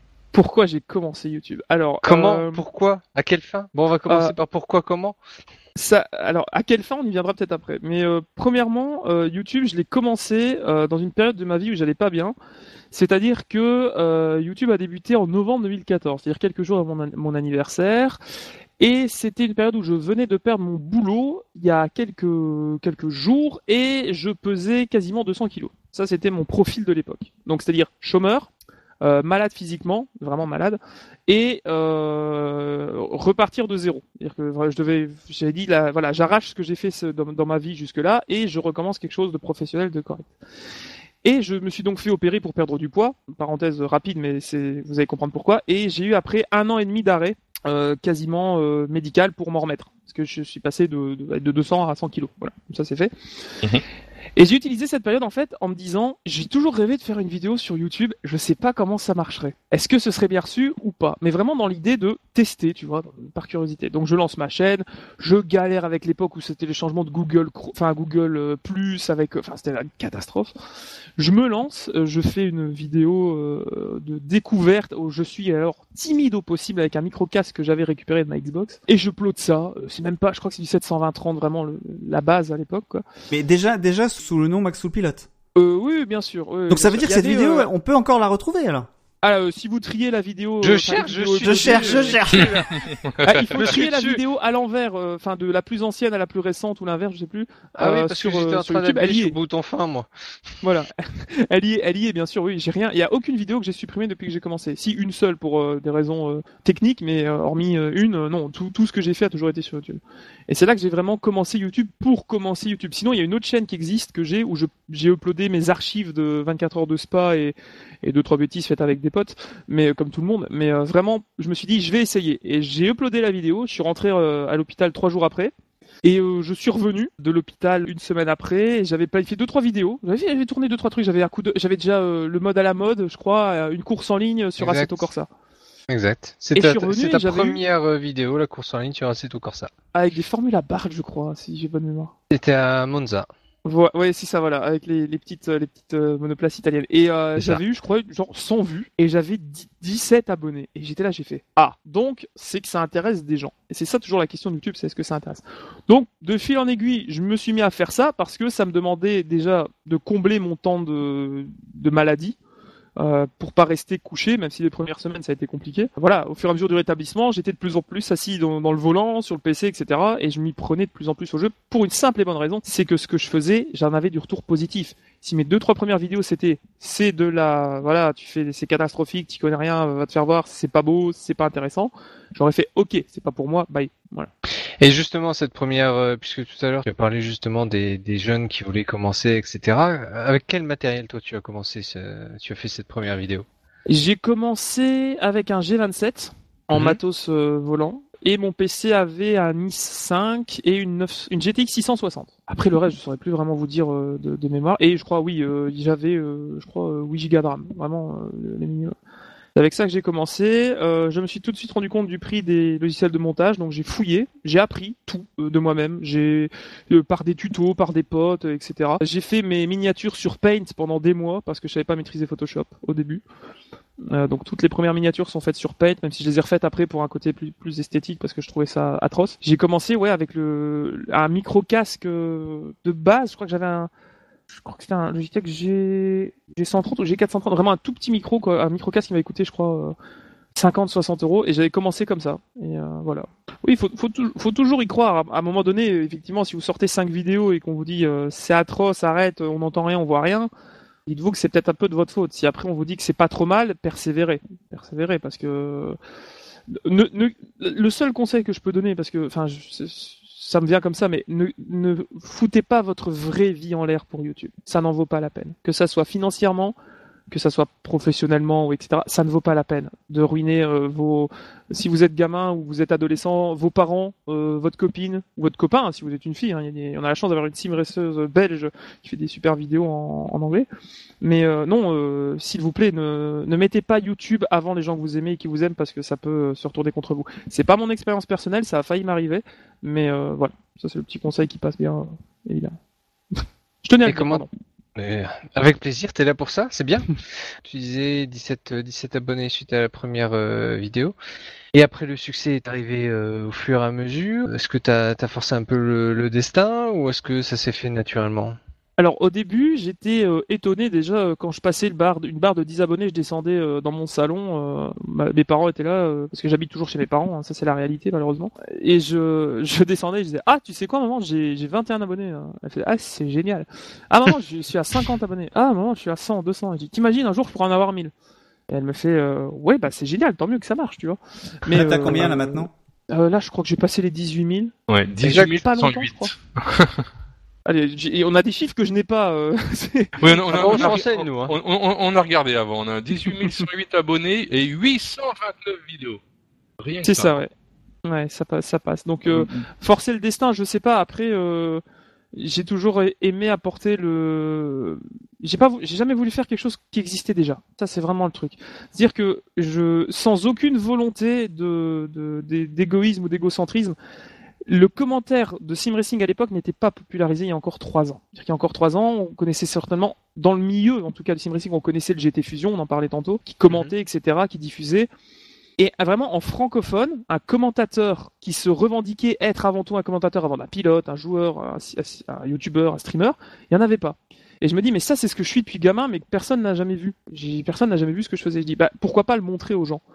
Pourquoi j'ai commencé YouTube? Alors, Comment? euh, Pourquoi? À quelle fin? Bon, on va commencer euh, par pourquoi, comment? Ça, alors, à quelle fin on y viendra peut-être après. Mais euh, premièrement, euh, YouTube, je l'ai commencé euh, dans une période de ma vie où j'allais pas bien. C'est-à-dire que euh, YouTube a débuté en novembre deux mille quatorze, c'est-à-dire quelques jours avant mon, an- mon anniversaire. Et c'était une période où je venais de perdre mon boulot il y a quelques quelques jours et je pesais quasiment deux cents kilos. Ça, c'était mon profil de l'époque. Donc, c'est-à-dire chômeur, euh, malade physiquement, vraiment malade, et euh, repartir de zéro. C'est-à-dire que voilà, je devais, j'avais dit, là, voilà, j'arrache ce que j'ai fait ce, dans, dans ma vie jusque-là et je recommence quelque chose de professionnel, de correct. Et je me suis donc fait opérer pour perdre du poids. Parenthèse rapide, mais c'est, vous allez comprendre pourquoi. Et j'ai eu après un an et demi d'arrêt, euh, quasiment euh, médical pour m'en remettre, parce que je suis passé de, de, de deux cents à cent kilos. Voilà, comme ça c'est fait. Mmh. Et j'ai utilisé cette période en fait en me disant, j'ai toujours rêvé de faire une vidéo sur YouTube, je sais pas comment ça marcherait. Est-ce que ce serait bien reçu ou pas? Mais vraiment dans l'idée de tester, tu vois, par curiosité. Donc je lance ma chaîne, je galère avec l'époque où c'était le changement de Google, enfin Google Plus avec, enfin c'était une catastrophe. Je me lance, je fais une vidéo euh, de découverte où je suis alors timide au possible avec un micro casque que j'avais récupéré de ma Xbox et je upload ça. C'est même pas, je crois que c'est du sept cent vingt trente vraiment le, la base à l'époque quoi. Mais déjà, déjà sous le nom Maxoul Pilote. Euh, oui, bien sûr. Oui, Donc ça veut sûr. dire que cette avait, vidéo, euh... on peut encore la retrouver alors. Ah, euh, si vous triez la vidéo, je euh, cherche, vidéo, je, je cherche, je cherche. Ah, il faut Je trier suis la dessus. vidéo à l'envers, enfin euh, de la plus ancienne à la plus récente ou l'inverse, je sais plus. Ah euh, oui, parce sur, que j'étais euh, en sur train YouTube, elle d'appuyer y sur est. le bouton fin, moi. Voilà, elle y est, elle y est bien sûr. Oui, j'ai rien. Il y a aucune vidéo que j'ai supprimée depuis que j'ai commencé. Si une seule pour euh, des raisons euh, techniques, mais euh, hormis euh, une, euh, non, tout tout ce que j'ai fait a toujours été sur YouTube. Et c'est là que j'ai vraiment commencé YouTube pour commencer YouTube. Sinon, il y a une autre chaîne qui existe que j'ai où je j'ai uploadé mes archives de vingt-quatre heures de spa et et deux trois bêtises faites avec des potes, mais euh, comme tout le monde. Mais euh, vraiment, je me suis dit, je vais essayer. Et j'ai uploadé la vidéo. Je suis rentré euh, à l'hôpital trois jours après. Et euh, je suis revenu de l'hôpital une semaine après. Et j'avais planifié deux trois vidéos. J'avais, j'avais tourné deux trois trucs. J'avais un coup de, j'avais déjà euh, le mode à la mode, je crois, une course en ligne sur Exact. Assetto Corsa. Exact. C'est Et ta, je suis revenu c'est et ta j'avais première eu... vidéo, la course en ligne sur Assetto Corsa. Avec des formules à barque, je crois, si j'ai bonne mémoire. C'était à Monza. Ouais, ouais, c'est ça, voilà, avec les, les petites, les petites euh, monoplaces italiennes. Et euh, C'est j'avais ça. eu, je crois, genre cent vues, et j'avais dix-sept abonnés. Et j'étais là, j'ai fait ah, donc c'est que ça intéresse des gens. Et c'est ça toujours la question de YouTube, c'est est-ce que ça intéresse. Donc de fil en aiguille, je me suis mis à faire ça parce que ça me demandait déjà de combler mon temps de, de maladie. Euh, pour pas rester couché, même si les premières semaines ça a été compliqué. Voilà, au fur et à mesure du rétablissement, j'étais de plus en plus assis dans, dans le volant, sur le P C, et cetera. Et je m'y prenais de plus en plus au jeu pour une simple et bonne raison, c'est que ce que je faisais, j'en avais du retour positif. Si mes deux trois premières vidéos c'était c'est de la voilà, tu fais c'est catastrophique, tu connais rien, va te faire voir, c'est pas beau, c'est pas intéressant, j'aurais fait OK, c'est pas pour moi, bye. Voilà. Et justement, cette première, euh, puisque tout à l'heure tu as parlé justement des, des jeunes qui voulaient commencer, et cetera. Avec quel matériel toi tu as commencé, ce, tu as fait cette première vidéo? J'ai commencé avec un G vingt-sept en Mhm. matos euh, volant. Et mon P C avait un i cinq et une, neuf, une G T X six cent soixante. Après le reste, je saurais plus vraiment vous dire euh, de, de mémoire. Et je crois, oui, euh, j'avais, euh, je crois, euh, huit gigas de RAM. Vraiment, euh, les minimums. C'est avec ça que j'ai commencé. Euh, je me suis tout de suite rendu compte du prix des logiciels de montage, donc j'ai fouillé, j'ai appris tout euh, de moi-même. J'ai euh, par des tutos, par des potes, euh, et cetera. J'ai fait mes miniatures sur Paint pendant des mois parce que je savais pas maîtriser Photoshop au début. Euh, donc toutes les premières miniatures sont faites sur Paint, même si je les ai refaites après pour un côté plus, plus esthétique parce que je trouvais ça atroce. J'ai commencé ouais avec le un micro casque de base. Je crois que j'avais un, je crois que c'était un Logitech G G cent trente ou G quatre cent trente, vraiment un tout petit micro quoi, un micro casque qui m'avait coûté je crois cinquante soixante euros et j'avais commencé comme ça. Et euh, voilà. Oui, faut faut faut toujours y croire. À un moment donné, effectivement, si vous sortez cinq vidéos et qu'on vous dit euh, c'est atroce, arrête, on n'entend rien, on voit rien. Dites-vous que c'est peut-être un peu de votre faute. Si après on vous dit que c'est pas trop mal, persévérez. Persévérez parce que ne, ne, le seul conseil que je peux donner, parce que enfin ça me vient comme ça, mais ne, ne foutez pas votre vraie vie en l'air pour YouTube. Ça n'en vaut pas la peine. Que ça soit financièrement, que ça soit professionnellement ou et cetera. Ça ne vaut pas la peine de ruiner euh, vos. Si vous êtes gamin ou vous êtes adolescent, vos parents, euh, votre copine ou votre copain, hein, si vous êtes une fille. Hein, y a des... On a la chance d'avoir une sim raceuse belge qui fait des super vidéos en, en anglais. Mais euh, non, euh, s'il vous plaît, ne... ne mettez pas YouTube avant les gens que vous aimez et qui vous aiment parce que ça peut se retourner contre vous. C'est pas mon expérience personnelle, ça a failli m'arriver, mais euh, voilà, ça c'est le petit conseil qui passe bien, euh, évidemment. Je tenais à Et le dire, comment pardon. Mais avec plaisir, t'es là pour ça, c'est bien. Tu disais dix-sept, euh, dix-sept abonnés suite à la première euh, vidéo. Et après, le succès est arrivé euh, au fur et à mesure. Est-ce que t'as as forcé un peu le, le destin ou est-ce que ça s'est fait naturellement? Alors au début, j'étais euh, étonné déjà euh, quand je passais le bar, une barre de dix abonnés, je descendais euh, dans mon salon. Euh, ma- mes parents étaient là euh, parce que j'habite toujours chez mes parents. Hein, ça c'est la réalité malheureusement. Et je, je descendais, je disais ah tu sais quoi maman, j'ai j'ai vingt et un abonnés. Hein. Elle fait ah c'est génial. Ah maman je suis à cinquante abonnés. Ah maman je suis à cent, deux cents. Je dis t'imagines un jour je pourrais en avoir mille. Et elle me fait euh, ouais bah c'est génial, tant mieux que ça marche tu vois. Mais là, t'as euh, combien là maintenant? euh, Là je crois que j'ai passé les dix-huit mille. Ouais, dix-huit mille Pas cent longtemps, huit. je crois. Allez, j'ai- on a des chiffres que je n'ai pas. Euh, c'est- Oui, on, a- on, a- Ah bon, on on a- se renseigne, nous, hein. on- on- on a regardé avant. On a dix-huit mille cent huit abonnés et huit cent vingt-neuf vidéos. Rien que c'est ça. ça, ouais. Ouais, ça passe, ça passe. Donc, euh, forcer le destin, je sais pas. Après, euh, j'ai toujours aimé apporter le. J'ai pas, vou- j'ai jamais voulu faire quelque chose qui existait déjà. Ça, c'est vraiment le truc. C'est-à-dire que je, sans aucune volonté de, de, d'é- d'égoïsme ou d'égocentrisme, le commentaire de Sim Racing à l'époque n'était pas popularisé il y a encore trois ans. C'est-à-dire qu'il y a encore trois ans, on connaissait certainement, dans le milieu, en tout cas, de Sim Racing, on connaissait le G T Fusion, on en parlait tantôt, qui commentait, et cetera, qui diffusait. Et vraiment, en francophone, un commentateur qui se revendiquait être avant tout un commentateur avant d'un pilote, un joueur, un, un youtubeur, un streamer, il n'y en avait pas. Et je me dis, mais ça, c'est ce que je suis depuis gamin, mais que personne n'a jamais vu. J'ai, personne n'a jamais vu ce que je faisais. Je dis, bah, pourquoi pas le montrer aux gens?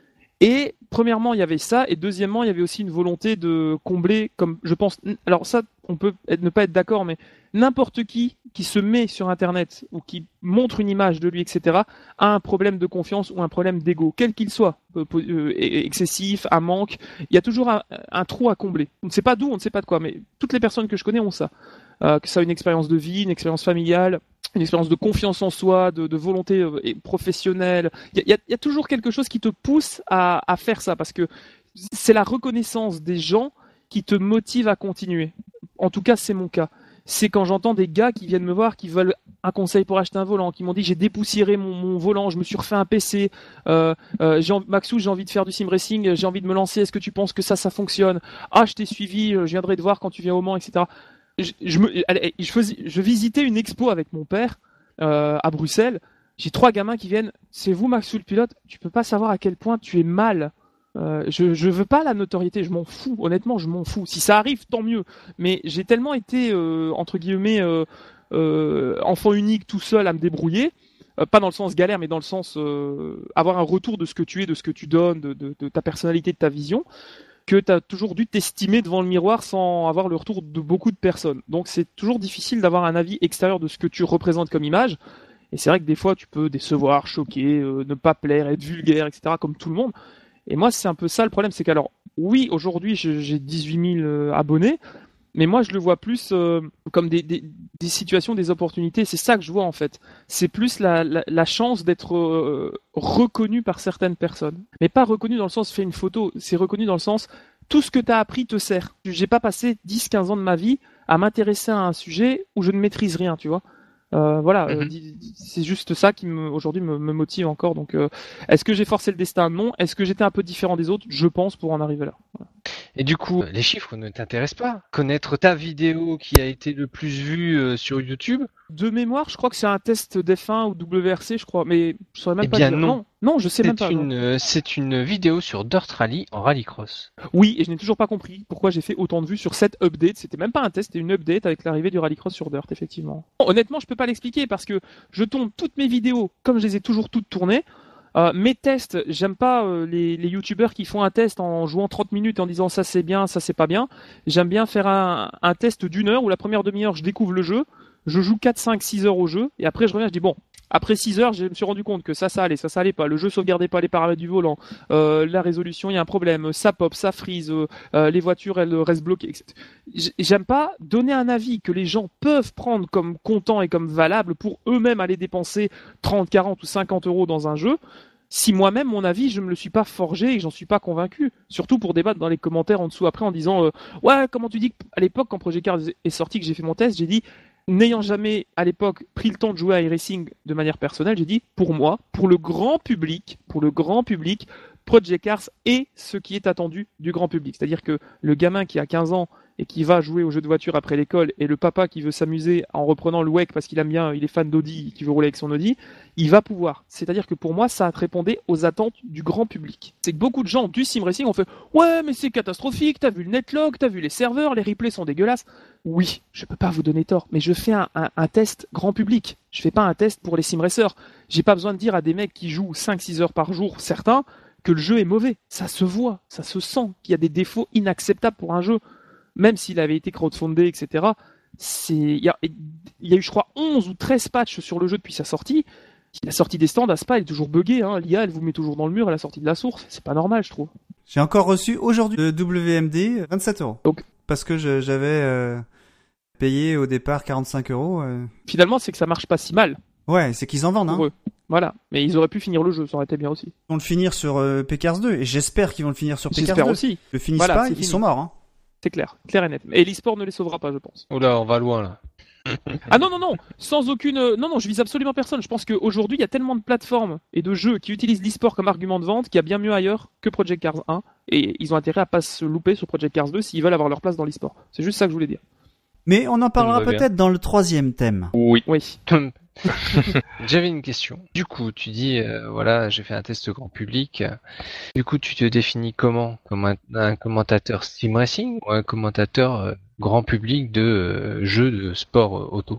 Et premièrement, il y avait ça, et deuxièmement, il y avait aussi une volonté de combler, comme je pense, alors ça, on peut être, ne pas être d'accord, mais n'importe qui qui se met sur Internet ou qui montre une image de lui, et cetera, a un problème de confiance ou un problème d'ego, quel qu'il soit, euh, euh, excessif, un manque, il y a toujours un, un trou à combler. On ne sait pas d'où, on ne sait pas de quoi, mais toutes les personnes que je connais ont ça. Euh, que ça a une expérience de vie, une expérience familiale, une expérience de confiance en soi, de, de volonté euh, professionnelle. Il y a, y a toujours quelque chose qui te pousse à, à faire ça, parce que c'est la reconnaissance des gens qui te motive à continuer. En tout cas, c'est mon cas. C'est quand j'entends des gars qui viennent me voir, qui veulent un conseil pour acheter un volant, qui m'ont dit j'ai dépoussiéré mon, mon volant, je me suis refait un P C, euh, euh, j'ai, Maxou, j'ai envie de faire du sim racing, j'ai envie de me lancer, est-ce que tu penses que ça, ça fonctionne? Ah, je t'ai suivi, je viendrai te voir quand tu viens au Mans, et cetera. Je, je, me, je, faisais, je visitais une expo avec mon père euh, à Bruxelles. J'ai trois gamins qui viennent. C'est vous, Maxou le pilote. Tu peux pas savoir à quel point tu es mal. Euh, je, je veux pas la notoriété. Je m'en fous. Honnêtement, je m'en fous. Si ça arrive, tant mieux. Mais j'ai tellement été euh, entre guillemets euh, euh, enfant unique, tout seul à me débrouiller. Euh, pas dans le sens galère, mais dans le sens euh, avoir un retour de ce que tu es, de ce que tu donnes, de, de, de ta personnalité, de ta vision, que tu as toujours dû t'estimer devant le miroir sans avoir le retour de beaucoup de personnes. Donc c'est toujours difficile d'avoir un avis extérieur de ce que tu représentes comme image. Et c'est vrai que des fois, tu peux décevoir, choquer, euh, ne pas plaire, être vulgaire, et cetera, comme tout le monde. Et moi, c'est un peu ça le problème. C'est qu'alors, oui, aujourd'hui, j'ai dix-huit mille euh, abonnés, mais moi, je le vois plus euh, comme des, des, des situations, des opportunités. C'est ça que je vois, en fait. C'est plus la, la, la chance d'être euh, reconnu par certaines personnes. Mais pas reconnu dans le sens, fais une photo. C'est reconnu dans le sens, tout ce que tu as appris te sert. J'ai pas passé dix quinze ans de ma vie à m'intéresser à un sujet où je ne maîtrise rien, tu vois. Euh, voilà, Mhm. euh, c'est juste ça qui me, aujourd'hui me, me motive encore. Donc, euh, est-ce que j'ai forcé le destin? Non. Est-ce que j'étais un peu différent des autres? Je pense, pour en arriver là. Voilà. Et du coup, les chiffres ne t'intéressent pas? Connaître ta vidéo qui a été le plus vue euh, sur YouTube? De mémoire, je crois que c'est un test d'F un ou W R C, je crois, mais je saurais même Eh pas bien dire. non. non, non, je sais même C'est pas. non. une, euh, c'est une vidéo sur Dirt Rally en rallycross. Oui, et je n'ai toujours pas compris pourquoi j'ai fait autant de vues sur cette update. C'était même pas un test, c'était une update avec l'arrivée du rallycross sur Dirt, effectivement. Honnêtement, je peux pas l'expliquer parce que je tourne toutes mes vidéos comme je les ai toujours toutes tournées. Euh, mes tests, j'aime pas euh, les, les youtubeurs qui font un test en jouant trente minutes et en disant ça c'est bien, ça c'est pas bien. J'aime bien faire un, un test d'une heure où la première demi-heure je découvre le jeu, je joue quatre, cinq, six heures au jeu et après je reviens, je dis bon, après six heures je me suis rendu compte que ça ça allait, ça ça allait pas, le jeu sauvegardait pas les paramètres du volant, euh, la résolution il y a un problème, ça pop, ça freeze, euh, euh, les voitures elles restent bloquées, et cetera. J'aime pas donner un avis que les gens peuvent prendre comme comptant et comme valable pour eux-mêmes aller dépenser trente, quarante ou cinquante euros dans un jeu, si moi-même, mon avis, je me le suis pas forgé et que j'en suis pas convaincu. Surtout pour débattre dans les commentaires en dessous après en disant euh, ouais, comment tu dis qu'à l'époque, quand Project Cars est sorti, que j'ai fait mon test, j'ai dit, n'ayant jamais à l'époque pris le temps de jouer à iRacing de manière personnelle, j'ai dit, pour moi, pour le grand public, pour le grand public, Project Cars est ce qui est attendu du grand public. C'est-à-dire que le gamin qui a quinze ans et qui va jouer aux jeux de voiture après l'école, et le papa qui veut s'amuser en reprenant le W E C parce qu'il aime bien, il est fan d'Audi, qui veut rouler avec son Audi, il va pouvoir. C'est-à-dire que pour moi, ça répondait aux attentes du grand public. C'est que beaucoup de gens du sim racing ont fait « Ouais, mais c'est catastrophique, t'as vu le netlog, t'as vu les serveurs, les replays sont dégueulasses. » Oui, je peux pas vous donner tort, mais je fais un, un, un test grand public. Je fais pas un test pour les sim racers. J'ai pas besoin de dire à des mecs qui jouent cinq six heures par jour, certains, que le jeu est mauvais. Ça se voit, ça se sent, qu'il y a des défauts inacceptables pour un jeu. Même s'il avait été crowdfundé, et cetera. C'est, il y a, il y a eu, je crois, onze ou treize patchs sur le jeu depuis sa sortie. La sortie des stands, Aspa, elle est toujours buggée, hein. L'I A, elle vous met toujours dans le mur à la sortie de la source. C'est pas normal, je trouve. J'ai encore reçu aujourd'hui le W M D vingt-sept euros. Donc, parce que je, j'avais euh, payé au départ quarante-cinq euros. Euh... Finalement, c'est que ça marche pas si mal. Ouais, c'est qu'ils en vendent, hein. Pour eux. Voilà. Mais ils auraient pu finir le jeu, ça aurait été bien aussi. Ils vont le finir sur euh, P Cars deux, et j'espère qu'ils vont le finir sur P Cars deux. J'espère aussi. Le finissent Voilà, pas, c'est ils fini. sont morts, hein. C'est clair, clair et net. Et l'e-sport ne les sauvera pas, je pense. Oula, on va loin là. Ah non, non, non, sans aucune... Non, non, je vise absolument personne. Je pense qu'aujourd'hui, il y a tellement de plateformes et de jeux qui utilisent l'e-sport comme argument de vente qu'il y a bien mieux ailleurs que Project Cars un. Et ils ont intérêt à pas se louper sur Project Cars deux s'ils veulent avoir leur place dans l'e-sport. C'est juste ça que je voulais dire. Mais on en parlera va bien. peut-être dans le troisième thème. Oui. Oui. J'avais une question. Du coup, tu dis, euh, voilà, j'ai fait un test grand public. Du coup, tu te définis comment? Comme un, un commentateur sim racing ou un commentateur euh, grand public de euh, jeux de sport euh, auto?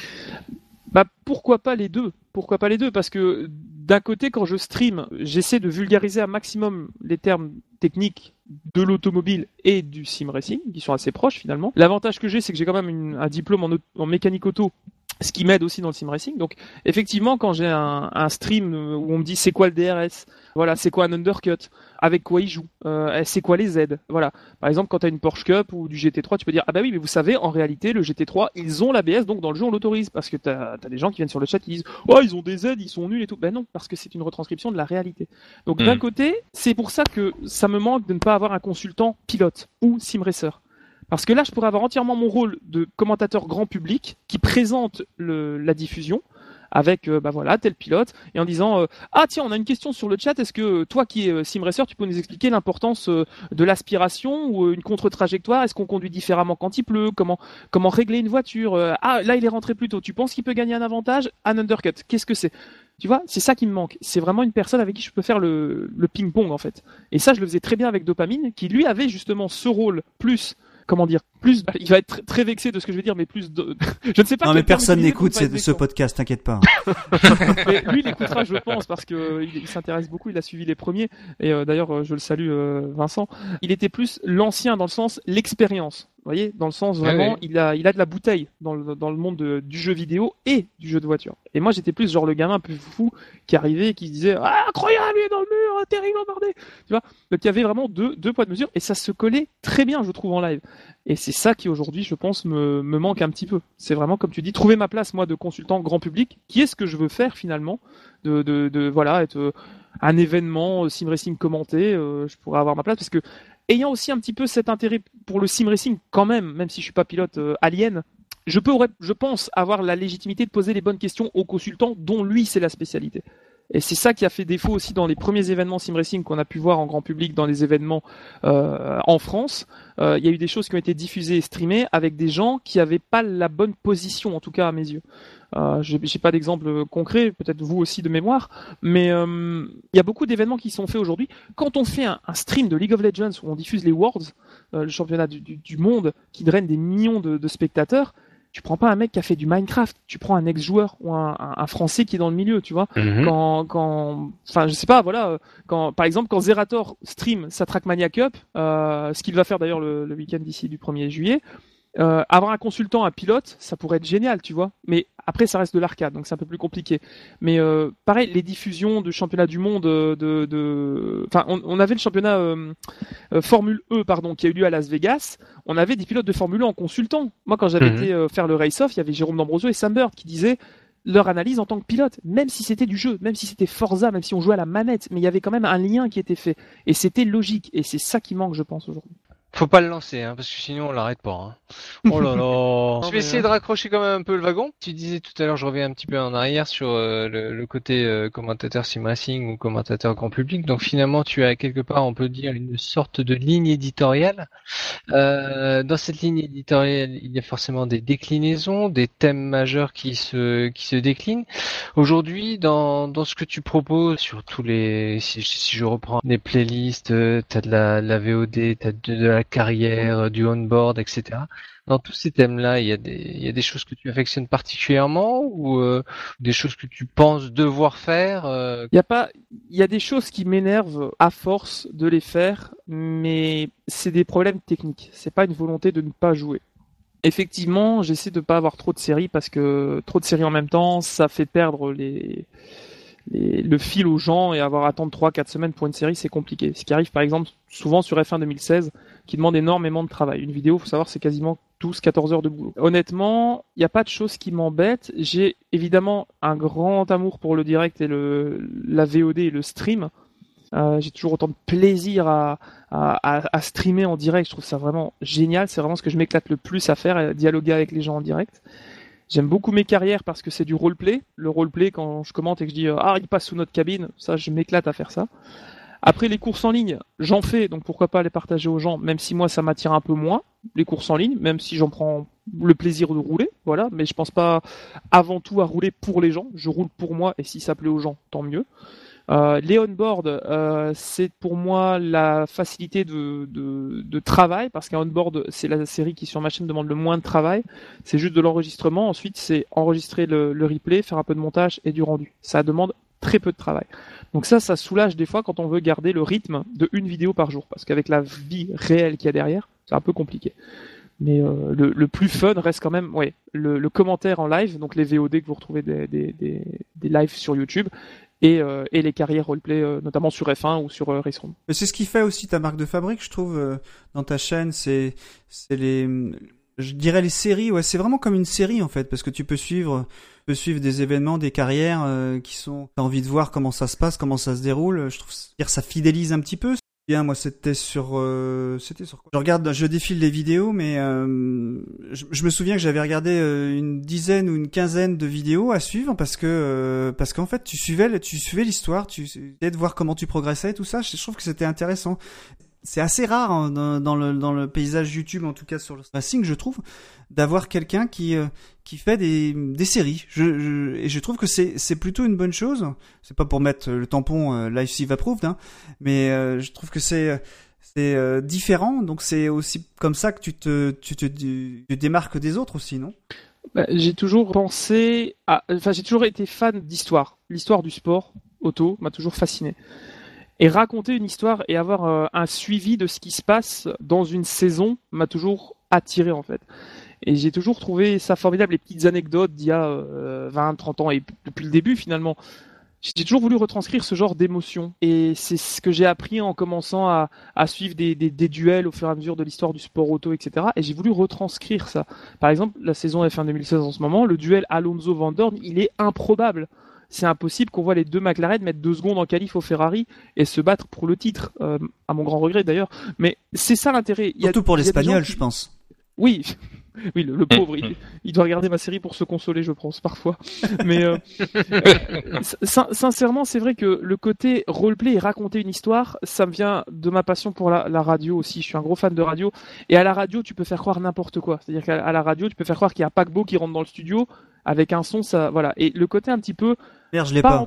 Bah pourquoi pas les deux? Pourquoi pas les deux? Parce que d'un côté, quand je stream, j'essaie de vulgariser un maximum les termes techniques de l'automobile et du sim racing, qui sont assez proches finalement. L'avantage que j'ai, c'est que j'ai quand même une, un diplôme en, en mécanique auto, ce qui m'aide aussi dans le sim racing. Donc effectivement, quand j'ai un, un stream où on me dit c'est quoi le D R S, voilà, c'est quoi un undercut, avec quoi il joue, euh, c'est quoi les aides, voilà. Par exemple, quand tu as une Porsche Cup ou du G T trois, tu peux dire ah bah oui, mais vous savez, en réalité, le G T trois, ils ont l'A B S, donc dans le jeu on l'autorise, parce que t'as as des gens qui viennent sur le chat qui disent oh ils ont des aides, ils sont nuls et tout. Ben non, parce que c'est une retranscription de la réalité. Donc mmh. d'un côté, c'est pour ça que ça me manque de ne pas avoir un consultant pilote ou sim racer. Parce que là, je pourrais avoir entièrement mon rôle de commentateur grand public qui présente le, la diffusion avec euh, bah voilà tel pilote et en disant euh, ah tiens on a une question sur le chat, est-ce que toi qui es euh, sim racer tu peux nous expliquer l'importance euh, de l'aspiration ou euh, une contre-trajectoire, est-ce qu'on conduit différemment quand il pleut, comment comment régler une voiture, euh, ah là il est rentré plus tôt, tu penses qu'il peut gagner un avantage, un undercut, qu'est-ce que c'est? Tu vois, c'est ça qui me manque. C'est vraiment une personne avec qui je peux faire le, le ping-pong en fait. Et ça je le faisais très bien avec Dopamine qui lui avait justement ce rôle plus comment dire, plus, il va être très, très vexé de ce que je vais dire, mais plus de, je ne sais pas. Non, mais personne n'écoute ce, ce podcast, t'inquiète pas. Mais lui, il écoutera, je pense, parce que il, il s'intéresse beaucoup, il a suivi les premiers, et euh, d'ailleurs, je le salue, euh, Vincent. Il était plus l'ancien dans le sens, l'expérience. Vous voyez, dans le sens vraiment, ah oui. il a, il a de la bouteille dans le, dans le monde de, du jeu vidéo et du jeu de voiture. Et moi, j'étais plus genre le gamin un peu fou qui arrivait et qui disait, ah, incroyable, il est dans le mur, terrible, emmerdé. Tu vois? Donc, il y avait vraiment deux, deux poids de mesure et ça se collait très bien, je trouve, en live. Et c'est ça qui, aujourd'hui, je pense, me, me manque un petit peu. C'est vraiment, comme tu dis, trouver ma place, moi, de consultant grand public, qui est ce que je veux faire, finalement, de, de, de voilà, être euh, un événement, euh, sim racing commenté, euh, je pourrais avoir ma place parce que, ayant aussi un petit peu cet intérêt pour le sim racing quand même, même si je suis pas pilote euh, alien, je peux, je pense, avoir la légitimité de poser les bonnes questions aux consultants dont lui c'est la spécialité. Et c'est ça qui a fait défaut aussi dans les premiers événements sim racing qu'on a pu voir en grand public dans les événements euh, en France. Euh, il y a eu des choses qui ont été diffusées et streamées avec des gens qui avaient pas la bonne position, en tout cas à mes yeux. Euh, j'ai, j'ai pas d'exemple concret, peut-être vous aussi de mémoire, mais euh, il y a beaucoup d'événements qui sont faits aujourd'hui. Quand on fait un, un stream de League of Legends où on diffuse les Worlds, euh, le championnat du, du, du monde qui draine des millions de, de spectateurs, tu prends pas un mec qui a fait du Minecraft, tu prends un ex-joueur ou un, un, un Français qui est dans le milieu, tu vois. Mm-hmm. Quand, quand, enfin, je sais pas, voilà, quand, par exemple, quand Zerator stream sa Trackmania Cup, euh, ce qu'il va faire d'ailleurs le, le week-end d'ici du premier juillet. Euh, avoir un consultant, un pilote, ça pourrait être génial, tu vois. Mais après, ça reste de l'arcade, donc c'est un peu plus compliqué. Mais euh, pareil, les diffusions de championnat du monde, de, de, enfin, on, on avait le championnat euh, euh, Formule E, pardon, qui a eu lieu à Las Vegas. On avait des pilotes de Formule E en consultant. Moi, quand j'avais mmh. été euh, faire le race-off, il y avait Jérôme D'Ambrosio et Sam Bird qui disaient leur analyse en tant que pilote, même si c'était du jeu, même si c'était Forza, même si on jouait à la manette, mais il y avait quand même un lien qui était fait. Et c'était logique. Et c'est ça qui manque, je pense, aujourd'hui. Faut pas le lancer, hein, parce que sinon on l'arrête pas. Hein. Oh là là. Je vais essayer de raccrocher quand même un peu le wagon. Tu disais tout à l'heure, je reviens un petit peu en arrière sur euh, le, le côté euh, commentateur sim racing ou commentateur grand public. Donc finalement, tu as quelque part, on peut dire, une sorte de ligne éditoriale. Euh, dans cette ligne éditoriale, il y a forcément des déclinaisons, des thèmes majeurs qui se qui se déclinent. Aujourd'hui, dans dans ce que tu proposes sur tous les, si, si je reprends les playlists, euh, t'as de la, la V O D, t'as de, de la carrière, du on-board, et cetera. Dans tous ces thèmes-là, il y a des, il y a des choses que tu affectionnes particulièrement ou euh, des choses que tu penses devoir faire. Euh... Il y a pas, il y a des choses qui m'énervent à force de les faire, mais c'est des problèmes techniques. C'est pas une volonté de ne pas jouer. Effectivement, j'essaie de pas avoir trop de séries parce que trop de séries en même temps, ça fait perdre les Les, le fil aux gens et avoir à attendre trois quatre semaines pour une série, c'est compliqué. Ce qui arrive par exemple souvent sur F un deux mille seize, qui demande énormément de travail. Une vidéo, faut savoir, c'est quasiment douze quatorze heures de boulot. Honnêtement, il n'y a pas de choses qui m'embêtent. J'ai évidemment un grand amour pour le direct et le, la V O D et le stream. Euh, j'ai toujours autant de plaisir à, à, à, à streamer en direct. Je trouve ça vraiment génial. C'est vraiment ce que je m'éclate le plus à faire, à dialoguer avec les gens en direct. J'aime beaucoup mes carrières parce que c'est du roleplay. Le roleplay, quand je commente et que je dis « Ah, il passe sous notre cabine », ça, je m'éclate à faire ça. Après, les courses en ligne, j'en fais, donc pourquoi pas les partager aux gens, même si moi, ça m'attire un peu moins, les courses en ligne, même si j'en prends le plaisir de rouler, voilà. Mais je pense pas avant tout à rouler pour les gens. Je roule pour moi, et si ça plaît aux gens, tant mieux. Euh, les on-board, euh, c'est pour moi la facilité de, de, de travail, parce qu'un on-board, c'est la série qui sur ma chaîne demande le moins de travail. C'est juste de l'enregistrement. Ensuite, c'est enregistrer le, le replay, faire un peu de montage et du rendu. Ça demande très peu de travail. Donc ça, ça soulage des fois quand on veut garder le rythme de une vidéo par jour, parce qu'avec la vie réelle qu'il y a derrière, c'est un peu compliqué. Mais euh, le, le plus fun reste quand même, ouais, le, le commentaire en live, donc les V O D que vous retrouvez des, des, des, des lives sur YouTube. Et, euh, et les carrières roleplay, euh, notamment sur F un ou sur euh, Raceroom. Mais c'est ce qui fait aussi ta marque de fabrique, je trouve, euh, dans ta chaîne, c'est, c'est les, je dirais les séries, ouais, c'est vraiment comme une série en fait, parce que tu peux suivre, tu peux suivre des événements, des carrières euh, qui sont, t'as envie de voir comment ça se passe, comment ça se déroule. Je trouve, dire ça fidélise un petit peu. Bien, moi c'était sur, euh, c'était sur quoi ? Je regarde, je défile les vidéos, mais euh, je, je me souviens que j'avais regardé euh, une dizaine ou une quinzaine de vidéos à suivre parce que euh, parce qu'en fait tu suivais, tu suivais l'histoire, tu essayais de voir comment tu progressais, tout ça. Je trouve que c'était intéressant. C'est assez rare hein, dans, dans le dans le paysage YouTube, en tout cas sur le racing, je trouve, d'avoir quelqu'un qui euh, qui fait des des séries. Je, je et je trouve que c'est c'est plutôt une bonne chose. C'est pas pour mettre le tampon euh, LiveSieve approved, hein, mais euh, je trouve que c'est c'est euh, différent. Donc c'est aussi comme ça que tu te tu te tu te démarques des autres aussi, non ? Bah, j'ai toujours pensé à, enfin j'ai toujours été fan d'histoire. L'histoire du sport auto m'a toujours fasciné. Et raconter une histoire et avoir euh, un suivi de ce qui se passe dans une saison m'a toujours attiré en fait. Et j'ai toujours trouvé ça formidable, les petites anecdotes d'il y a euh, vingt, trente ans et depuis le début finalement. J'ai toujours voulu retranscrire ce genre d'émotion. Et c'est ce que j'ai appris en commençant à, à suivre des, des, des duels au fur et à mesure de l'histoire du sport auto, et cetera. Et j'ai voulu retranscrire ça. Par exemple, la saison F un deux mille seize en ce moment, le duel Alonso-Van Dorn, il est improbable. C'est impossible qu'on voit les deux McLaren mettre deux secondes en qualif au Ferrari et se battre pour le titre, euh, à mon grand regret d'ailleurs. Mais c'est ça l'intérêt. Il y a, Surtout pour l'Espagnol, qui... je pense. Oui, oui, le, le pauvre, il, il doit regarder ma série pour se consoler, je pense, parfois. Mais euh, euh, sin- sincèrement, c'est vrai que le côté roleplay et raconter une histoire, ça me vient de ma passion pour la, la radio aussi. Je suis un gros fan de radio. Et à la radio, tu peux faire croire n'importe quoi. C'est-à-dire qu'à à la radio, tu peux faire croire qu'il y a un paquebot qui rentre dans le studio avec un son, ça, voilà. Et le côté un petit peu... Merde, je l'ai pas. En...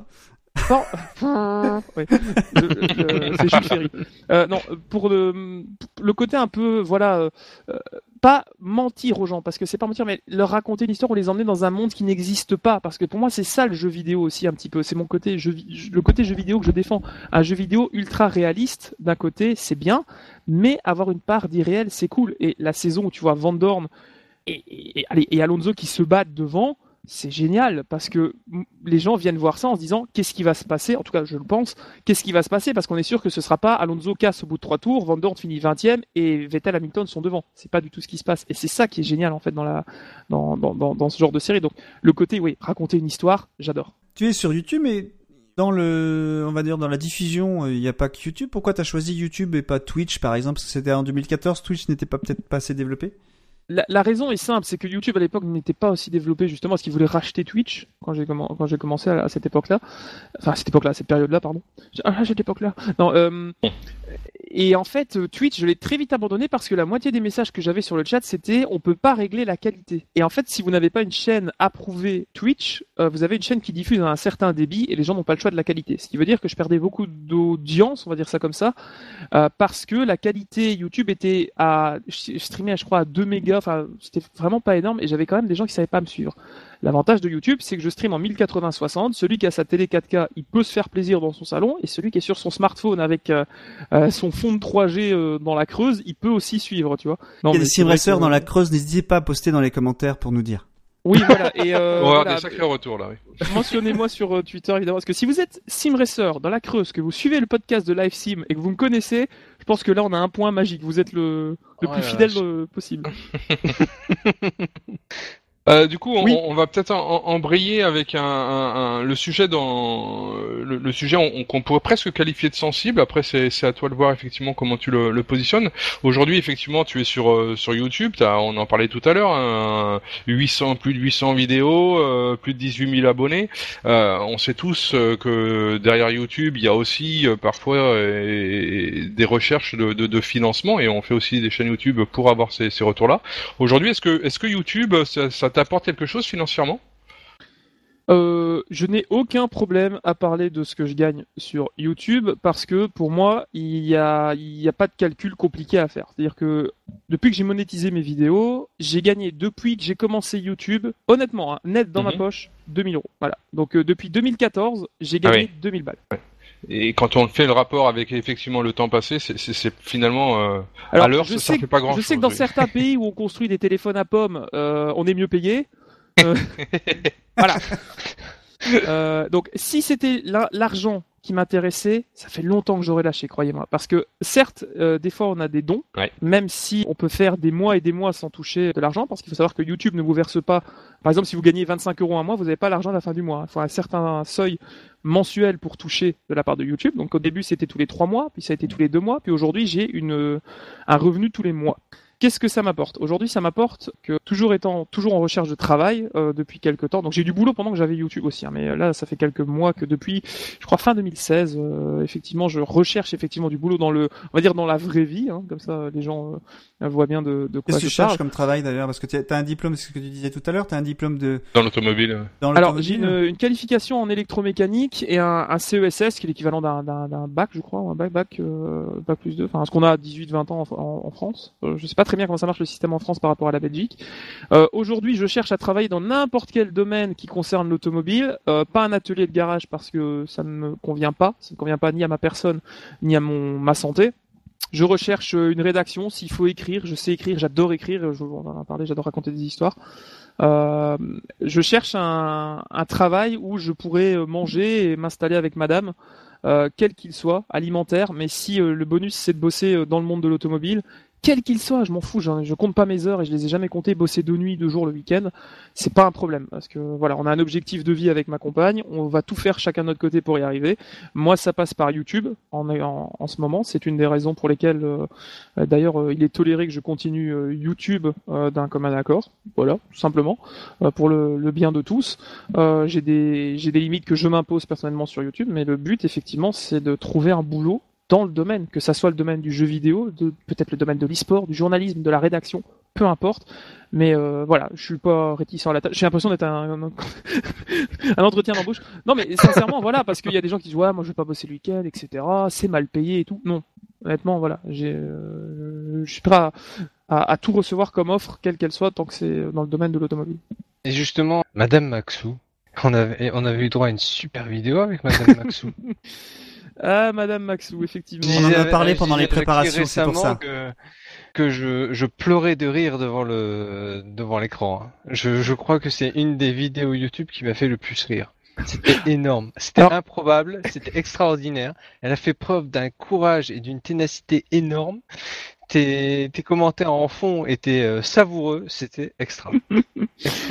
Pas... ouais. le, le, c'est Jules Ferry. Euh, non, pour le, le côté un peu, voilà, euh, pas mentir aux gens, parce que c'est pas mentir, mais leur raconter une histoire ou les emmener dans un monde qui n'existe pas, parce que pour moi c'est ça le jeu vidéo aussi un petit peu. C'est mon côté, jeu, le côté jeu vidéo que je défends. Un jeu vidéo ultra réaliste, d'un côté, c'est bien, mais avoir une part d'irréel, c'est cool. Et la saison où tu vois Van Dorn et, et, et, et Alonso qui se battent devant, c'est génial parce que les gens viennent voir ça en se disant qu'est-ce qui va se passer, en tout cas je le pense, qu'est-ce qui va se passer parce qu'on est sûr que ce sera pas Alonso casse au bout de trois tours, Van Dorn finit vingtième et Vettel, Hamilton sont devant. C'est pas du tout ce qui se passe et c'est ça qui est génial en fait dans la dans dans dans, dans ce genre de série. Donc le côté oui, raconter une histoire, j'adore. Tu es sur YouTube mais dans le, on va dire dans la diffusion, il n'y a pas que YouTube. Pourquoi t'as choisi YouTube et pas Twitch, par exemple? Parce que c'était en deux mille quatorze, Twitch n'était pas peut-être pas assez développé. La, la raison est simple, c'est que YouTube à l'époque n'était pas aussi développé justement parce qu'ils voulaient racheter Twitch quand j'ai, commen- quand j'ai commencé à, à cette époque-là. Enfin, à cette époque-là, à cette période-là, pardon. Ah, à cette époque-là. Non, euh... Et en fait, Twitch, je l'ai très vite abandonné parce que la moitié des messages que j'avais sur le chat, c'était on peut pas régler la qualité. Et en fait, si vous n'avez pas une chaîne approuvée Twitch, euh, vous avez une chaîne qui diffuse à un certain débit et les gens n'ont pas le choix de la qualité. Ce qui veut dire que je perdais beaucoup d'audience, on va dire ça comme ça, euh, parce que la qualité YouTube était à, je streamais, je crois, à deux mégas. Enfin, c'était vraiment pas énorme et j'avais quand même des gens qui savaient pas me suivre. L'avantage de YouTube, c'est que je stream en mille quatre-vingts soixante. Celui qui a sa télé quatre K, il peut se faire plaisir dans son salon, et celui qui est sur son smartphone avec euh, euh, son fond de trois G euh, dans la Creuse, il peut aussi suivre, tu vois. Non, il y a mais des c'est vrai simracers que- dans la Creuse, n'hésitez pas à poster dans les commentaires pour nous dire. Oui, voilà. Et euh, On va avoir voilà. des sacrés retours là. Oui. Mentionnez-moi sur euh, Twitter, évidemment. Parce que si vous êtes simracer dans la Creuse, que vous suivez le podcast de Live Sim et que vous me connaissez, je pense que là, on a un point magique. Vous êtes le, le Oh plus là fidèle là, euh, possible. Euh, du coup, on, Oui. on va peut-être en- embrayer avec un, un- un- le sujet dans le, le sujet on- qu'on pourrait presque qualifier de sensible. Après, c'est c'est à toi de voir effectivement comment tu le, le positionnes. Aujourd'hui, effectivement, tu es sur euh, sur YouTube. T'as, on en parlait tout à l'heure. Hein, huit cents, plus de huit cents vidéos, euh, plus de dix-huit mille abonnés. Euh, on sait tous euh, que derrière YouTube, il y a aussi euh, parfois euh, des recherches de, de, de financement et on fait aussi des chaînes YouTube pour avoir ces, ces retours-là. Aujourd'hui, est-ce que est-ce que YouTube ça, ça t'apporte quelque chose financièrement? Euh, je n'ai aucun problème à parler de ce que je gagne sur YouTube parce que pour moi, il y a, il y a pas de calcul compliqué à faire. C'est-à-dire que depuis que j'ai monétisé mes vidéos, j'ai gagné depuis que j'ai commencé YouTube, honnêtement, hein, net dans Mhm. ma poche, deux mille euros. Voilà. Donc euh, depuis deux mille quatorze, j'ai gagné Ah oui. deux mille balles. Et quand on fait le rapport avec effectivement le temps passé, c'est, c'est, c'est finalement euh, Alors, à l'heure, je ça, sais ça fait pas que- grand-chose. Je sais que dans oui. certains pays où on construit des téléphones à pommes, euh, on est mieux payé. Euh, voilà. Euh, donc, si c'était la- l'argent qui m'intéressait, ça fait longtemps que j'aurais lâché, croyez-moi. Parce que certes, euh, des fois, on a des dons, Ouais. même si on peut faire des mois et des mois sans toucher de l'argent, parce qu'il faut savoir que YouTube ne vous verse pas. Par exemple, si vous gagnez vingt-cinq euros un mois, vous n'avez pas l'argent à la fin du mois. Il faut un certain seuil mensuel pour toucher de la part de YouTube. Donc, au début, c'était tous les trois mois, puis ça a été tous les deux mois, puis aujourd'hui, j'ai une un revenu tous les mois. Qu'est-ce que ça m'apporte? Aujourd'hui, ça m'apporte que, toujours étant toujours en recherche de travail euh, depuis quelques temps, donc j'ai eu du boulot pendant que j'avais YouTube aussi, hein, mais là, ça fait quelques mois que depuis, je crois fin deux mille seize, euh, effectivement, je recherche effectivement du boulot dans le, on va dire dans la vraie vie, hein, comme ça, les gens euh, voient bien de, de quoi Qu'est-ce que je tu cherches parle. comme travail d'ailleurs? Parce que tu as un diplôme, c'est ce que tu disais tout à l'heure, tu as un diplôme de Dans l'automobile. euh. dans Alors, j'ai l'automobile. une, une qualification en électromécanique et un, un C E S S qui est l'équivalent d'un, d'un, d'un bac, je crois, un bac, bac, euh, bac plus deux, enfin, ce qu'on a à dix-huit vingt ans en, en, en France. Euh, je sais pas très bien comment ça marche le système en France par rapport à la Belgique. Euh, aujourd'hui, je cherche à travailler dans n'importe quel domaine qui concerne l'automobile, euh, pas un atelier de garage parce que ça ne me convient pas, ça ne convient pas ni à ma personne ni à mon ma santé. Je recherche une rédaction, s'il faut écrire, je sais écrire, j'adore écrire, je, on en a parlé, j'adore raconter des histoires. Euh, je cherche un, un travail où je pourrais manger et m'installer avec madame, euh, quel qu'il soit, alimentaire, mais si euh, le bonus c'est de bosser euh, dans le monde de l'automobile, quel qu'il soit, je m'en fous, je, je compte pas mes heures et je les ai jamais comptées, bosser deux nuits, deux jours le week-end, c'est pas un problème, parce que voilà, on a un objectif de vie avec ma compagne, on va tout faire chacun de notre côté pour y arriver. Moi, ça passe par YouTube, en, en, en ce moment, c'est une des raisons pour lesquelles, euh, d'ailleurs, euh, il est toléré que je continue euh, YouTube euh, d'un commun accord, voilà, tout simplement, euh, pour le, le bien de tous. Euh, j'ai des, j'ai des limites que je m'impose personnellement sur YouTube, mais le but, effectivement, c'est de trouver un boulot dans le domaine, que ça soit le domaine du jeu vidéo, de, peut-être le domaine de l'e-sport, du journalisme, de la rédaction, peu importe. Mais euh, voilà, je suis pas réticent à la tâche. J'ai l'impression d'être un, un, un entretien d'embauche. Non, mais sincèrement, voilà, parce qu'il y a des gens qui disent ouais, moi je vais pas bosser le week-end, et cetera. C'est mal payé et tout. Non, honnêtement, voilà, j'ai, euh, je suis prêt à, à, à tout recevoir comme offre, quelle qu'elle soit, tant que c'est dans le domaine de l'automobile. Et justement, Madame Maxou, on avait, on avait eu droit à une super vidéo avec Madame Maxou. Ah, Madame Maxou, effectivement. On en a disais- parlé je pendant disais les préparations, c'est pour récemment ça. Que, que je, je pleurais de rire devant le devant l'écran. hein. Je, je crois que c'est une des vidéos YouTube qui m'a fait le plus rire. C'était énorme, c'était Alors- improbable, c'était extraordinaire. Elle a fait preuve d'un courage et d'une ténacité énorme. Tes, tes commentaires en fond étaient euh, savoureux, c'était extra. extra.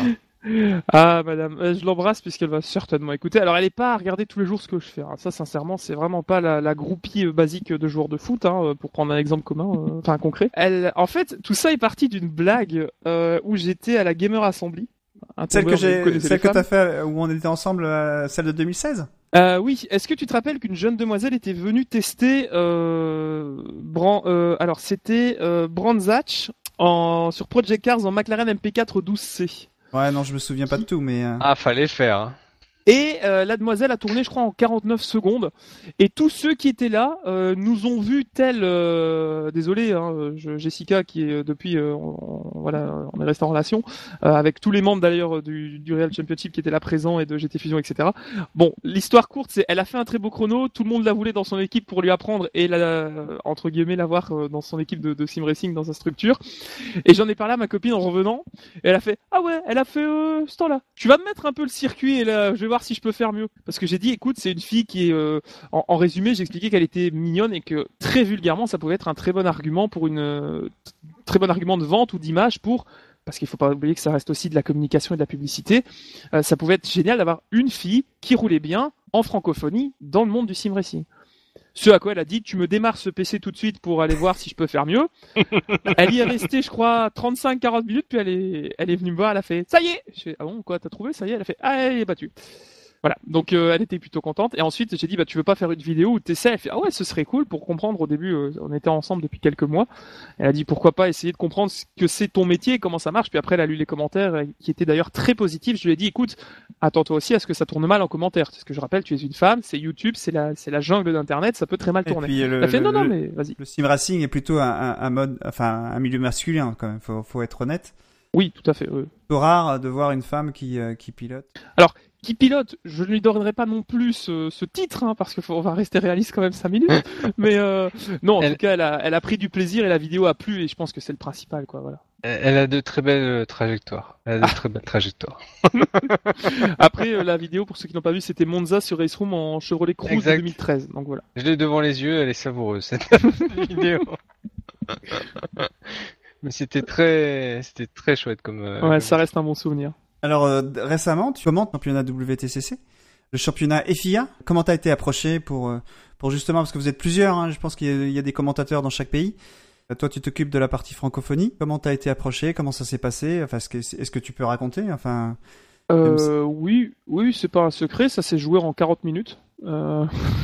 Ah, madame, euh, je l'embrasse puisqu'elle va certainement écouter. Alors, elle est pas à regarder tous les jours ce que je fais. hein. Ça, sincèrement, c'est vraiment pas la, la groupie euh, basique de joueurs de foot, hein, euh, pour prendre un exemple commun, euh, enfin concret. Elle, en fait, tout ça est parti d'une blague euh, où j'étais à la Gamer Assembly. Un Celle que tourneur, vous j'ai, connaissez celle les que femmes. t'as fait où on était ensemble, euh, celle de deux mille seize. Euh, oui, est-ce que tu te rappelles qu'une jeune demoiselle était venue tester euh, Bran, euh, alors c'était euh, Brands Hatch en sur Project Cars en McLaren M P quatre douze C. Ouais, non, je me souviens pas de tout, mais. Euh... Ah, fallait le faire. Hein. Et euh, la demoiselle a tourné, je crois, en quarante-neuf secondes. Et tous ceux qui étaient là euh, nous ont vus tel... Euh, désolé, hein, je, Jessica, qui est depuis... Euh, on, voilà, on est resté en relation, euh, avec tous les membres d'ailleurs du, du Real Championship qui étaient là présents et de G T Fusion, et cetera. Bon, l'histoire courte, c'est elle a fait un très beau chrono, tout le monde la voulait dans son équipe pour lui apprendre et, la, entre guillemets, l'avoir dans son équipe de, de sim racing, dans sa structure. Et j'en ai parlé à ma copine en revenant, et elle a fait « Ah ouais, elle a fait euh, ce temps-là. Tu vas me mettre un peu le circuit et là, je vais voir si je peux faire mieux. » Parce que j'ai dit, écoute, c'est une fille qui est, euh, en, en résumé, j'expliquais qu'elle était mignonne et que très vulgairement, ça pouvait être un très bon argument pour une, euh, très bon argument de vente ou d'image pour, parce qu'il faut pas oublier que ça reste aussi de la communication et de la publicité, euh, ça pouvait être génial d'avoir une fille qui roulait bien en francophonie dans le monde du sim racing. Ce à quoi elle a dit, tu me démarres ce P C tout de suite pour aller voir si je peux faire mieux. Elle y est restée, je crois, trente-cinq à quarante minutes, puis elle est, elle est venue me voir, elle a fait, ça y est! Je fais, ah bon, quoi, t'as trouvé? Ça y est? Elle a fait, ah, elle est battue. Voilà. Donc, euh, elle était plutôt contente. Et ensuite, j'ai dit, bah, tu veux pas faire une vidéo où t'essaies? Elle fait, ah ouais, ce serait cool pour comprendre. Au début, euh, on était ensemble depuis quelques mois. Elle a dit, pourquoi pas essayer de comprendre ce que c'est ton métier et comment ça marche. Puis après, elle a lu les commentaires, euh, qui étaient d'ailleurs très positifs. Je lui ai dit, écoute, attends-toi aussi à ce que ça tourne mal en commentaire. Parce que je rappelle, tu es une femme, c'est YouTube, c'est la, c'est la jungle d'Internet, ça peut très mal Et tourner. puis, le, Elle a fait, le- non, non, le- mais vas-y. Le sim racing est plutôt un, un, un mode, enfin, un milieu masculin quand même. Faut, faut être honnête. Oui, tout à fait. euh. C'est rare de voir une femme qui, euh, qui pilote. Qui pilote, je ne lui donnerai pas non plus ce, ce titre, hein, parce qu'on va rester réaliste quand même cinq minutes. Mais euh, non, en Elle- tout cas, elle a, elle a pris du plaisir et la vidéo a plu et je pense que c'est le principal, quoi. Voilà. Elle elle a de très belles trajectoires. Elle a de très belles trajectoires. Après, euh, la vidéo, pour ceux qui n'ont pas vu, c'était Monza sur Race Room en Chevrolet Cruze de Exact. deux mille treize. Donc voilà. Je l'ai devant les yeux, elle est savoureuse cette vidéo. Mais c'était très, c'était très chouette comme. euh, Ouais, comme- ça reste un bon souvenir. Alors, euh, d- récemment, tu commentes le championnat W T C C, le championnat F I A. Comment t'as été approché pour, euh, pour justement, parce que vous êtes plusieurs, hein, je pense qu'il y a, il y a des commentateurs dans chaque pays. Euh, Toi, tu t'occupes de la partie francophonie. Comment t'as été approché? Comment ça s'est passé? Enfin, est-ce que, est-ce que tu peux raconter? Enfin, Euh, oui, oui, c'est pas un secret, ça s'est joué en quarante minutes. Euh,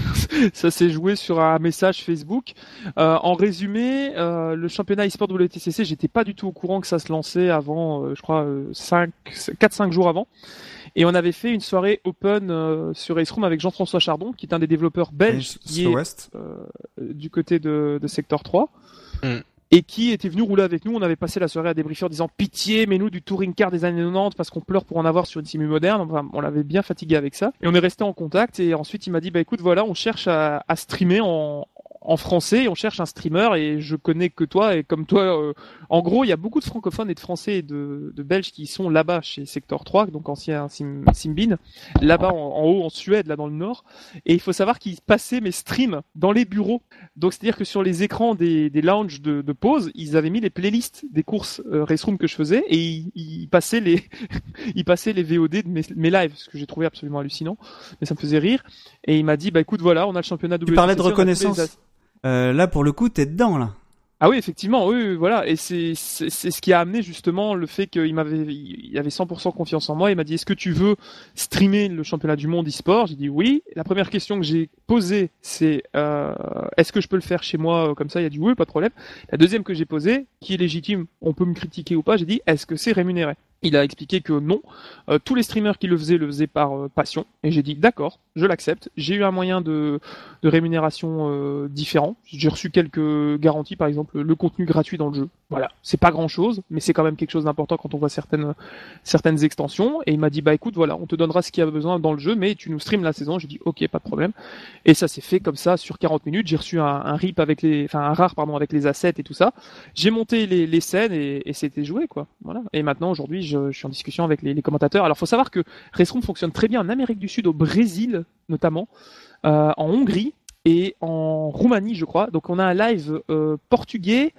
ça s'est joué sur un message Facebook. Euh, en résumé, euh, le championnat e-sport W T C C, j'étais pas du tout au courant que ça se lançait avant, euh, je crois, euh, quatre cinq jours avant. Et on avait fait une soirée open euh, sur Race Room avec Jean-François Chardon, qui est un des développeurs belges qui Slow est West. euh, du côté de, de Sector trois. Mm. Et qui était venu rouler avec nous. On avait passé la soirée à débriefer en disant pitié, mais nous du touring car des années quatre-vingt-dix parce qu'on pleure pour en avoir sur une simu moderne. Enfin, on l'avait bien fatigué avec ça. Et on est resté en contact. Et ensuite, il m'a dit bah écoute, voilà, on cherche à, à streamer en, en français. On cherche un streamer et je connais que toi. Et comme toi, euh, en gros, il y a beaucoup de francophones et de français et de, de belges qui sont là-bas chez Sector trois, donc ancien Sim, Simbin, là-bas en, en haut en Suède, là dans le nord. Et il faut savoir qu'ils passaient mes streams dans les bureaux. Donc c'est-à-dire que sur les écrans des, des lounges de, de pause, ils avaient mis les playlists des courses euh, Race Room que je faisais et ils, ils passaient les ils passaient les V O D de mes, mes lives, ce que j'ai trouvé absolument hallucinant, mais ça me faisait rire. Et il m'a dit bah écoute voilà, on a le championnat W T C C. Tu parlais de on a tous les reconnaissance. as- Euh, là, pour le coup, t'es dedans, là. Ah oui, effectivement, oui, oui, voilà. Et c'est, c'est, c'est ce qui a amené justement le fait qu'il m'avait, il avait cent pour cent confiance en moi. Il m'a dit, est-ce que tu veux streamer le championnat du monde e-sport? J'ai dit oui. La première question que j'ai posée, c'est, euh, est-ce que je peux le faire chez moi euh, comme ça? Il a dit oui, pas de problème. La deuxième que j'ai posée, qui est légitime, on peut me critiquer ou pas, j'ai dit, est-ce que c'est rémunéré? Il a expliqué que non. Euh, tous les streamers qui le faisaient le faisaient par euh, passion. Et j'ai dit d'accord, je l'accepte. J'ai eu un moyen de, de rémunération euh, différent. J'ai reçu quelques garanties, par exemple le contenu gratuit dans le jeu. Voilà, c'est pas grand-chose, mais c'est quand même quelque chose d'important quand on voit certaines certaines extensions. Et il m'a dit bah écoute voilà, on te donnera ce qu'il y a besoin dans le jeu, mais tu nous streams la saison. J'ai dit ok, pas de problème. Et ça s'est fait comme ça sur quarante minutes. J'ai reçu un, un rip avec les, enfin un rare pardon avec les assets et tout ça. J'ai monté les, les scènes et, et c'était joué quoi. Voilà. Et maintenant aujourd'hui je, je suis en discussion avec les, les commentateurs. Alors faut savoir que Race Room fonctionne très bien en Amérique du Sud, au Brésil notamment, euh, en Hongrie et en Roumanie je crois. Donc on a un live euh, portugais,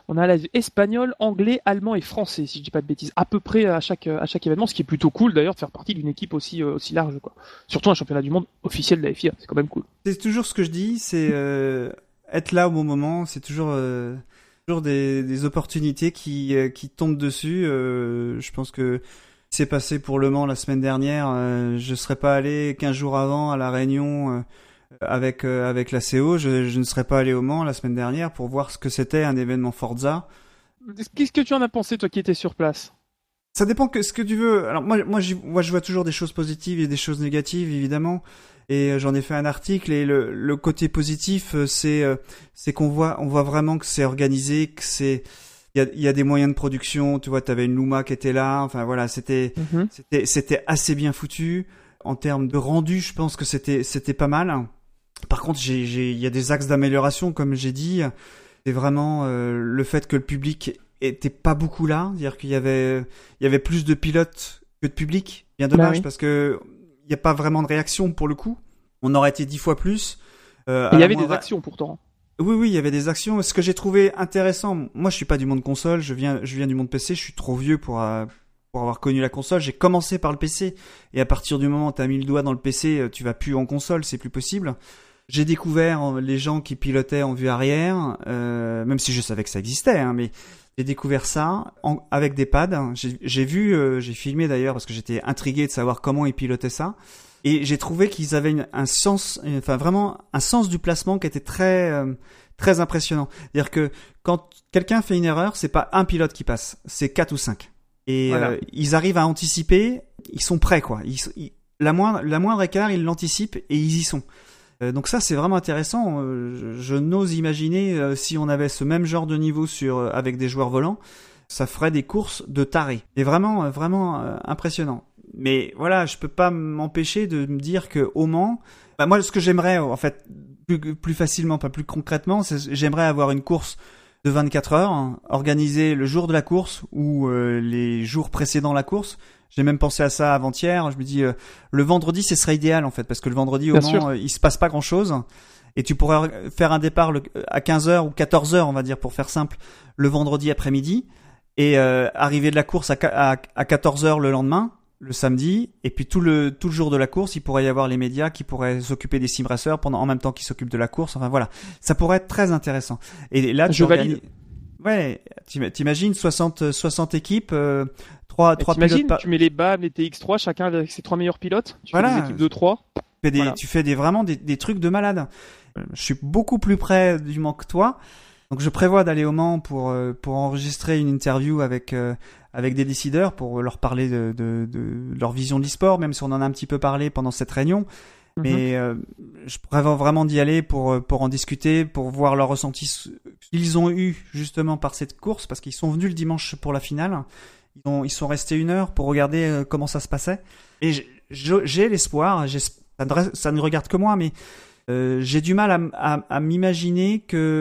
on a un live espagnol, anglais, allemand et français, si je dis pas de bêtises, à peu près à chaque à chaque événement, ce qui est plutôt cool d'ailleurs de faire partie d'une équipe aussi euh, aussi large, quoi. Surtout un championnat du monde officiel de la F I A, c'est quand même cool. C'est toujours ce que je dis, c'est euh, être là au bon moment, c'est toujours euh, toujours des, des opportunités qui euh, qui tombent dessus. Euh, je pense que c'est passé pour Le Mans la semaine dernière. Euh, je serais pas allé quinze jours avant à la Réunion euh, avec euh, avec la C O. Je, je ne serais pas allé au Mans la semaine dernière pour voir ce que c'était un événement Forza. Qu'est-ce que tu en as pensé, toi qui étais sur place? Ça dépend que ce que tu veux. Alors moi moi j'y- moi je vois toujours des choses positives et des choses négatives évidemment. Et euh, j'en ai fait un article et le le côté positif euh, c'est euh, c'est qu'on voit on voit vraiment que c'est organisé, que c'est il y a il y a des moyens de production, tu vois, tu avais une Luma qui était là, enfin voilà, c'était Mm-hmm. c'était c'était assez bien foutu en termes de rendu, je pense que c'était c'était pas mal. Par contre, j'ai j'ai il y a des axes d'amélioration comme j'ai dit, c'est vraiment euh, le fait que le public était pas beaucoup là, c'est-à-dire qu'il y avait il y avait plus de pilotes que de public. Bien dommage Bah oui. parce que il y a pas vraiment de réaction pour le coup. On aurait été dix fois plus. Euh, Il à y la avait des moindre- actions pourtant. Oui, oui, il y avait des actions. Ce que j'ai trouvé intéressant, moi, je suis pas du monde console, je viens, je viens du monde P C. Je suis trop vieux pour euh, pour avoir connu la console. J'ai commencé par le P C, et à partir du moment où t'as mis le doigt dans le P C, euh, tu vas plus en console, c'est plus possible. J'ai découvert euh, les gens qui pilotaient en vue arrière, euh, même si je savais que ça existait, hein, mais j'ai découvert ça en- avec des pads. J'ai, j'ai vu, euh, j'ai filmé d'ailleurs parce que j'étais intrigué de savoir comment ils pilotaient ça. Et j'ai trouvé qu'ils avaient une- un sens, enfin vraiment un sens du placement qui était très euh, très impressionnant. C'est-à-dire que quand quelqu'un fait une erreur, c'est pas un pilote qui passe, c'est quatre ou cinq. Et Voilà. euh, ils arrivent à anticiper, ils sont prêts quoi. Ils, ils- la moindre la moindre écart, ils l'anticipent et ils y sont. Euh, donc ça c'est vraiment intéressant. Euh, je, je n'ose imaginer euh, si on avait ce même genre de niveau sur euh, avec des joueurs volants, ça ferait des courses de tarés. Et vraiment euh, vraiment euh, impressionnant. Mais voilà, je peux pas m'empêcher de me dire que au Mans, bah moi ce que j'aimerais en fait plus, plus facilement, pas plus concrètement, c'est j'aimerais avoir une course de vingt-quatre heures hein, organisée le jour de la course ou euh, les jours précédant la course. J'ai même pensé à ça avant-hier. Je me dis euh, le vendredi, ce serait idéal en fait parce que le vendredi au Bien Mans, sûr. euh, il se passe pas grand-chose et tu pourrais faire un départ le, à quinze heures ou quatorze heures, on va dire pour faire simple, le vendredi après-midi et euh, arriver de la course à, à, à quatorze heures le lendemain. Le samedi, et puis tout le tout le jour de la course, il pourrait y avoir les médias qui pourraient s'occuper des sim racers pendant en même temps qu'ils s'occupent de la course. Enfin voilà, ça pourrait être très intéressant. Et là, tu Je valide. organises- Ouais, t'im- t'imagines soixante soixante équipes, euh, trois Et trois t'imagines, pilotes. Par... tu mets les B A M, les T X trois, chacun avec ses trois meilleurs pilotes. Tu Voilà. fais des équipes de trois. Tu fais des, Voilà. tu fais des vraiment des, des trucs de malade. Euh, Je suis beaucoup plus près du Mans que toi, donc je prévois d'aller au Mans pour euh, pour enregistrer une interview avec euh, avec des décideurs pour leur parler de, de, de leur vision de l'e-sport, même si on en a un petit peu parlé pendant cette réunion. Mais euh, je prévois vraiment d'y aller pour pour en discuter, pour voir leur ressenti qu'ils ont eu justement par cette course, parce qu'ils sont venus le dimanche pour la finale. Ils ont ils sont restés une heure pour regarder euh, comment ça se passait. Et j'ai- j'ai j'ai l'espoir, j'ai- ça ne, re- ça ne regarde que moi, mais euh, j'ai du mal à, m- à, à m'imaginer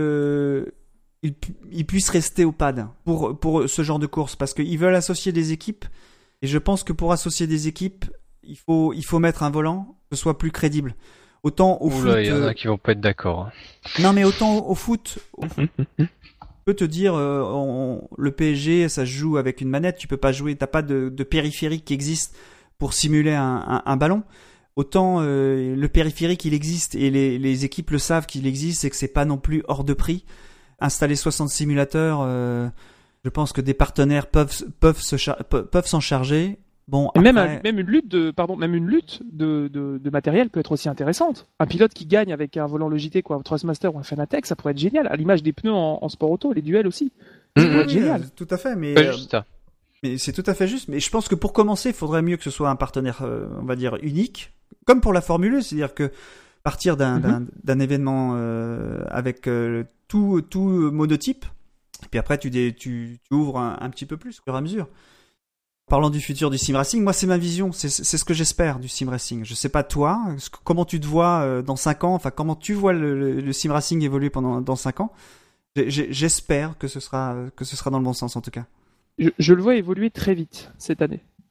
que ils, pu- ils puissent rester au pad pour pour ce genre de course, parce qu'ils veulent associer des équipes. Et je pense que pour associer des équipes, il faut il faut mettre un volant que ce soit plus crédible. Autant au foot. Oula, il y en euh, a qui vont pas être d'accord. hein. Non, mais autant au foot. au foot, je peux te dire, euh, on- le P S G, ça se joue avec une manette. Tu peux pas jouer. T'as pas de, de périphérique qui existe pour simuler un, un, un ballon. Autant euh, le périphérique, il existe et les, les équipes le savent qu'il existe et que c'est pas non plus hors de prix. Installer soixante simulateurs, euh, je pense que des partenaires peuvent peuvent se char- pe- peuvent s'en charger. Bon, Et même, après- un- même une lutte de, pardon, même une lutte de, de, de matériel peut être aussi intéressante. Un pilote qui gagne avec un volant Logitech quoi, un Thrustmaster ou un Fanatec, ça pourrait être génial. À l'image des pneus en, en sport auto, les duels aussi. Ça Oui, pourrait être oui, génial. euh, tout à fait. Mais Pas euh, juste ça. Mais c'est tout à fait juste. Mais je pense que pour commencer, il faudrait mieux que ce soit un partenaire, euh, on va dire, unique. Comme pour la Formule un, c'est-à-dire que partir d'un, Mhm. d'un, d'un événement euh, avec euh, tout, tout monotype, et puis après tu, dé, tu, tu ouvres un, un petit peu plus au fur et à mesure. Parlant du futur du sim racing, moi c'est ma vision, c'est, c'est ce que j'espère du sim racing. Je sais pas toi, ce que- comment tu te vois euh, dans cinq ans, enfin comment tu vois le, le, le sim racing évoluer pendant dans cinq ans. J'ai- j'ai- J'espère que ce sera que ce sera dans le bon sens en tout cas. Je, je le vois évoluer très vite cette année.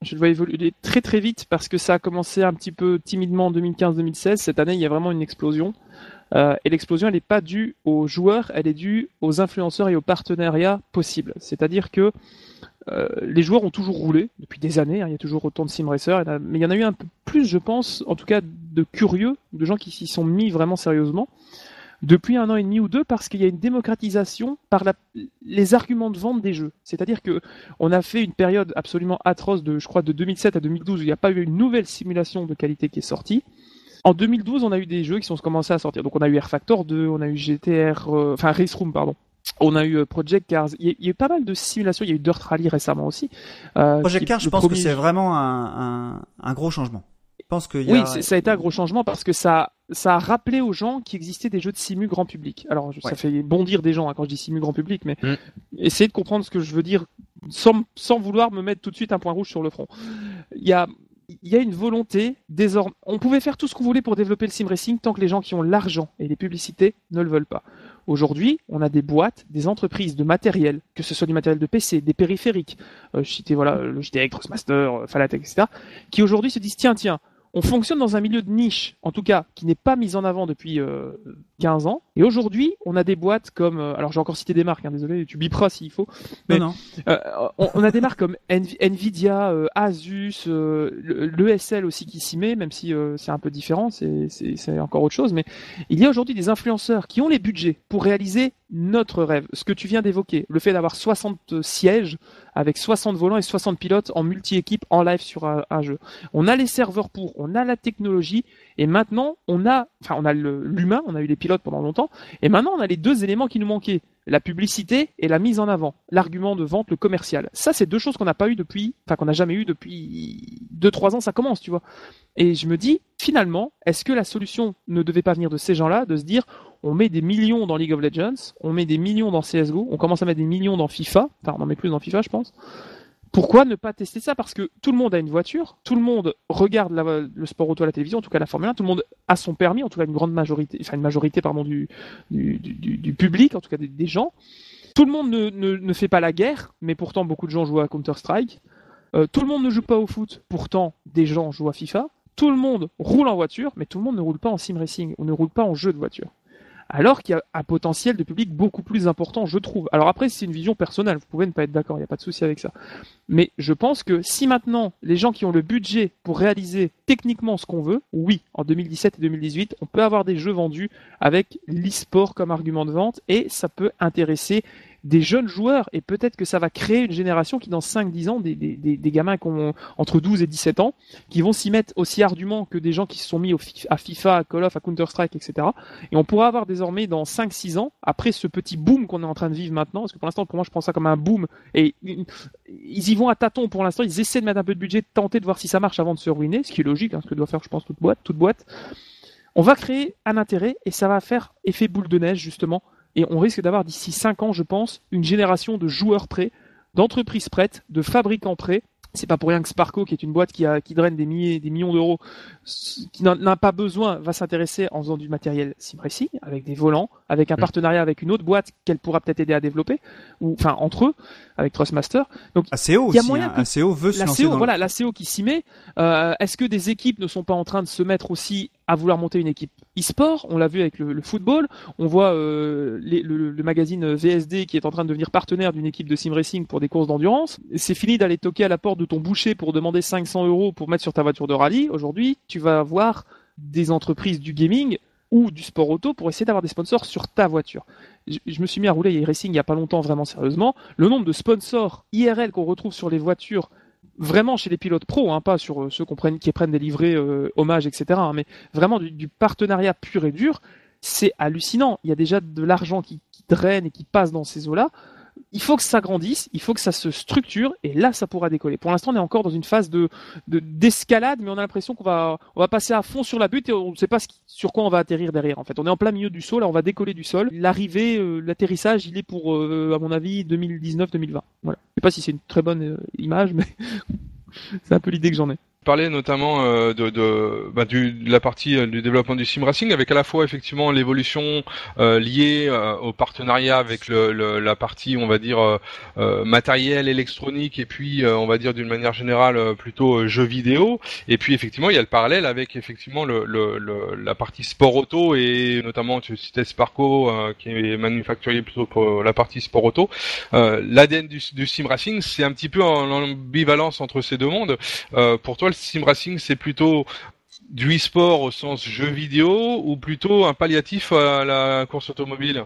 Je le vois évoluer très très vite parce que ça a commencé un petit peu timidement en deux mille quinze deux mille seize. Cette année, il y a vraiment une explosion. Euh, et l'explosion, elle n'est pas due aux joueurs, elle est due aux influenceurs et aux partenariats possibles. C'est-à-dire que euh, les joueurs ont toujours roulé depuis des années. Hein, il y a toujours autant de sim racers, mais il y en a eu un peu plus, je pense, en tout cas de curieux, de gens qui s'y sont mis vraiment sérieusement depuis un an et demi ou deux, parce qu'il y a une démocratisation par la, les arguments de vente des jeux. C'est-à-dire que on a fait une période absolument atroce de, je crois, de deux mille sept à deux mille douze où il n'y a pas eu une nouvelle simulation de qualité qui est sortie. En deux mille douze, on a eu des jeux qui sont commencés à sortir. Donc on a eu R Factor deux, on a eu G T R, euh, enfin Race Room, pardon. On a eu euh, Project Cars. Il y, a, il y a eu pas mal de simulations. Il y a eu Dirt Rally récemment aussi. Euh, Project Cars, je pense premier... que c'est vraiment un, un, un gros changement. Je pense qu'il y a... Oui, c'est, ça a été un gros changement parce que ça, ça a rappelé aux gens qu'il existait des jeux de simu grand public. Alors, ouais. Ça fait bondir des gens hein, quand je dis simu grand public, mais mm. essayez de comprendre ce que je veux dire sans, sans vouloir me mettre tout de suite un point rouge sur le front. Il y a Il y a une volonté, désormais. On pouvait faire tout ce qu'on voulait pour développer le sim racing tant que les gens qui ont l'argent et les publicités ne le veulent pas. Aujourd'hui, on a des boîtes, des entreprises de matériel, que ce soit du matériel de P C, des périphériques, euh, je citais voilà, Logitech, Trustmaster, Fanatec, et cetera, qui aujourd'hui se disent tiens, tiens, on fonctionne dans un milieu de niche, en tout cas, qui n'est pas mis en avant depuis euh, quinze ans. Et aujourd'hui, on a des boîtes comme... Euh, alors, j'ai encore cité des marques, hein, désolé, tu biperas s'il faut. Mais non, non. Euh, on, on a des marques comme Nv- Nvidia, euh, Asus, euh, l'E S L aussi qui s'y met, même si euh, c'est un peu différent, c'est, c'est, c'est encore autre chose. Mais il y a aujourd'hui des influenceurs qui ont les budgets pour réaliser notre rêve. Ce que tu viens d'évoquer, le fait d'avoir soixante sièges avec soixante volants et soixante pilotes en multi-équipe en live sur un, un jeu. On a les serveurs pour, on a la technologie, et maintenant on a, enfin on a le, l'humain, on a eu les pilotes pendant longtemps, et maintenant on a les deux éléments qui nous manquaient, la publicité et la mise en avant, l'argument de vente, le commercial. Ça, c'est deux choses qu'on n'a pas eu depuis, enfin qu'on n'a jamais eu depuis deux trois ans, ça commence, tu vois. Et je me dis, finalement, est-ce que la solution ne devait pas venir de ces gens-là, de se dire, on met des millions dans League of Legends, on met des millions dans C S G O, on commence à mettre des millions dans FIFA, enfin on en met plus dans FIFA, je pense. Pourquoi ne pas tester ça ? Parce que tout le monde a une voiture, tout le monde regarde la, le sport auto à la télévision, en tout cas la Formule un, tout le monde a son permis, en tout cas une grande majorité, enfin une majorité pardon du du, du, du public, en tout cas des, des gens. Tout le monde ne, ne, ne fait pas la guerre, mais pourtant beaucoup de gens jouent à Counter-Strike. Euh, tout le monde ne joue pas au foot, pourtant des gens jouent à FIFA. Tout le monde roule en voiture, mais tout le monde ne roule pas en sim racing, on ne roule pas en jeu de voiture. Alors qu'il y a un potentiel de public beaucoup plus important, je trouve. Alors après, c'est une vision personnelle, vous pouvez ne pas être d'accord, il n'y a pas de souci avec ça. Mais je pense que si maintenant, les gens qui ont le budget pour réaliser techniquement ce qu'on veut, oui, en deux mille dix-sept et deux mille dix-huit, on peut avoir des jeux vendus avec l'e-sport comme argument de vente, et ça peut intéresser des jeunes joueurs, et peut-être que ça va créer une génération qui dans cinq dix ans, des, des, des, des gamins qui ont entre douze et dix-sept ans, qui vont s'y mettre aussi ardument que des gens qui se sont mis au fi- à FIFA, à Call of, à Counter-Strike, et cetera. Et on pourra avoir désormais dans cinq six ans, après ce petit boom qu'on est en train de vivre maintenant, parce que pour l'instant, pour moi, je prends ça comme un boom, et ils y vont à tâtons pour l'instant, ils essaient de mettre un peu de budget, de tenter de voir si ça marche avant de se ruiner, ce qui est logique, hein, ce que doit faire, je pense, toute boîte, toute boîte. On va créer un intérêt, et ça va faire effet boule de neige, justement. Et on risque d'avoir d'ici cinq ans, je pense, une génération de joueurs prêts, d'entreprises prêtes, de fabricants prêts. C'est pas pour rien que Sparko, qui est une boîte qui, a, qui draine des, milliers, des millions d'euros, qui n'en a pas besoin, va s'intéresser en faisant du matériel sim racing, avec des volants, avec un partenariat avec une autre boîte qu'elle pourra peut-être aider à développer, ou enfin entre eux, avec Trustmaster. Donc A C O il y a aussi, moyen hein. que A C O veut se la lancer C O, dans voilà, le... la C O qui s'y met. Euh, est-ce que des équipes ne sont pas en train de se mettre aussi à vouloir monter une équipe e-sport? On l'a vu avec le, le football. On voit euh, les, le, le magazine V S D qui est en train de devenir partenaire d'une équipe de sim racing pour des courses d'endurance. C'est fini d'aller toquer à la porte de ton boucher pour demander cinq cents euros pour mettre sur ta voiture de rallye. Aujourd'hui, tu vas avoir des entreprises du gaming ou du sport auto pour essayer d'avoir des sponsors sur ta voiture. Je, je me suis mis à rouler e-racing il y a pas longtemps, vraiment sérieusement. Le nombre de sponsors I R L qu'on retrouve sur les voitures, vraiment chez les pilotes pros, hein, pas sur ceux qu'on prenne, qui prennent des livrets euh, hommages, et cetera, hein, mais vraiment du, du partenariat pur et dur, c'est hallucinant. Il y a déjà de l'argent qui, qui draine et qui passe dans ces eaux-là. Il faut que ça grandisse, il faut que ça se structure, et là, ça pourra décoller. Pour l'instant, on est encore dans une phase de, de d'escalade, mais on a l'impression qu'on va, on va passer à fond sur la butte et on ne sait pas ce qui, sur quoi on va atterrir derrière. En fait, on est en plein milieu du saut, là, on va décoller du sol. L'arrivée, euh, l'atterrissage, il est pour, euh, à mon avis, deux mille dix-neuf deux mille vingt. Voilà. Je sais pas si c'est une très bonne euh, image, mais c'est un peu l'idée que j'en ai. Parler notamment euh, de, de, bah, du, de la partie euh, du développement du sim racing, avec à la fois effectivement l'évolution euh, liée euh, au partenariat avec le, le, la partie, on va dire euh, euh, matériel, électronique, et puis euh, on va dire d'une manière générale euh, plutôt euh, jeux vidéo. Et puis effectivement, il y a le parallèle avec effectivement le, le, le la partie sport auto, et notamment tu citais Sparco euh, qui est manufacturier plutôt pour la partie sport auto. Euh, L'A D N du, du sim racing, c'est un petit peu en, en ambivalence entre ces deux mondes. Euh, pour toi, le sim racing, c'est plutôt du e-sport au sens jeu vidéo ou plutôt un palliatif à la course automobile?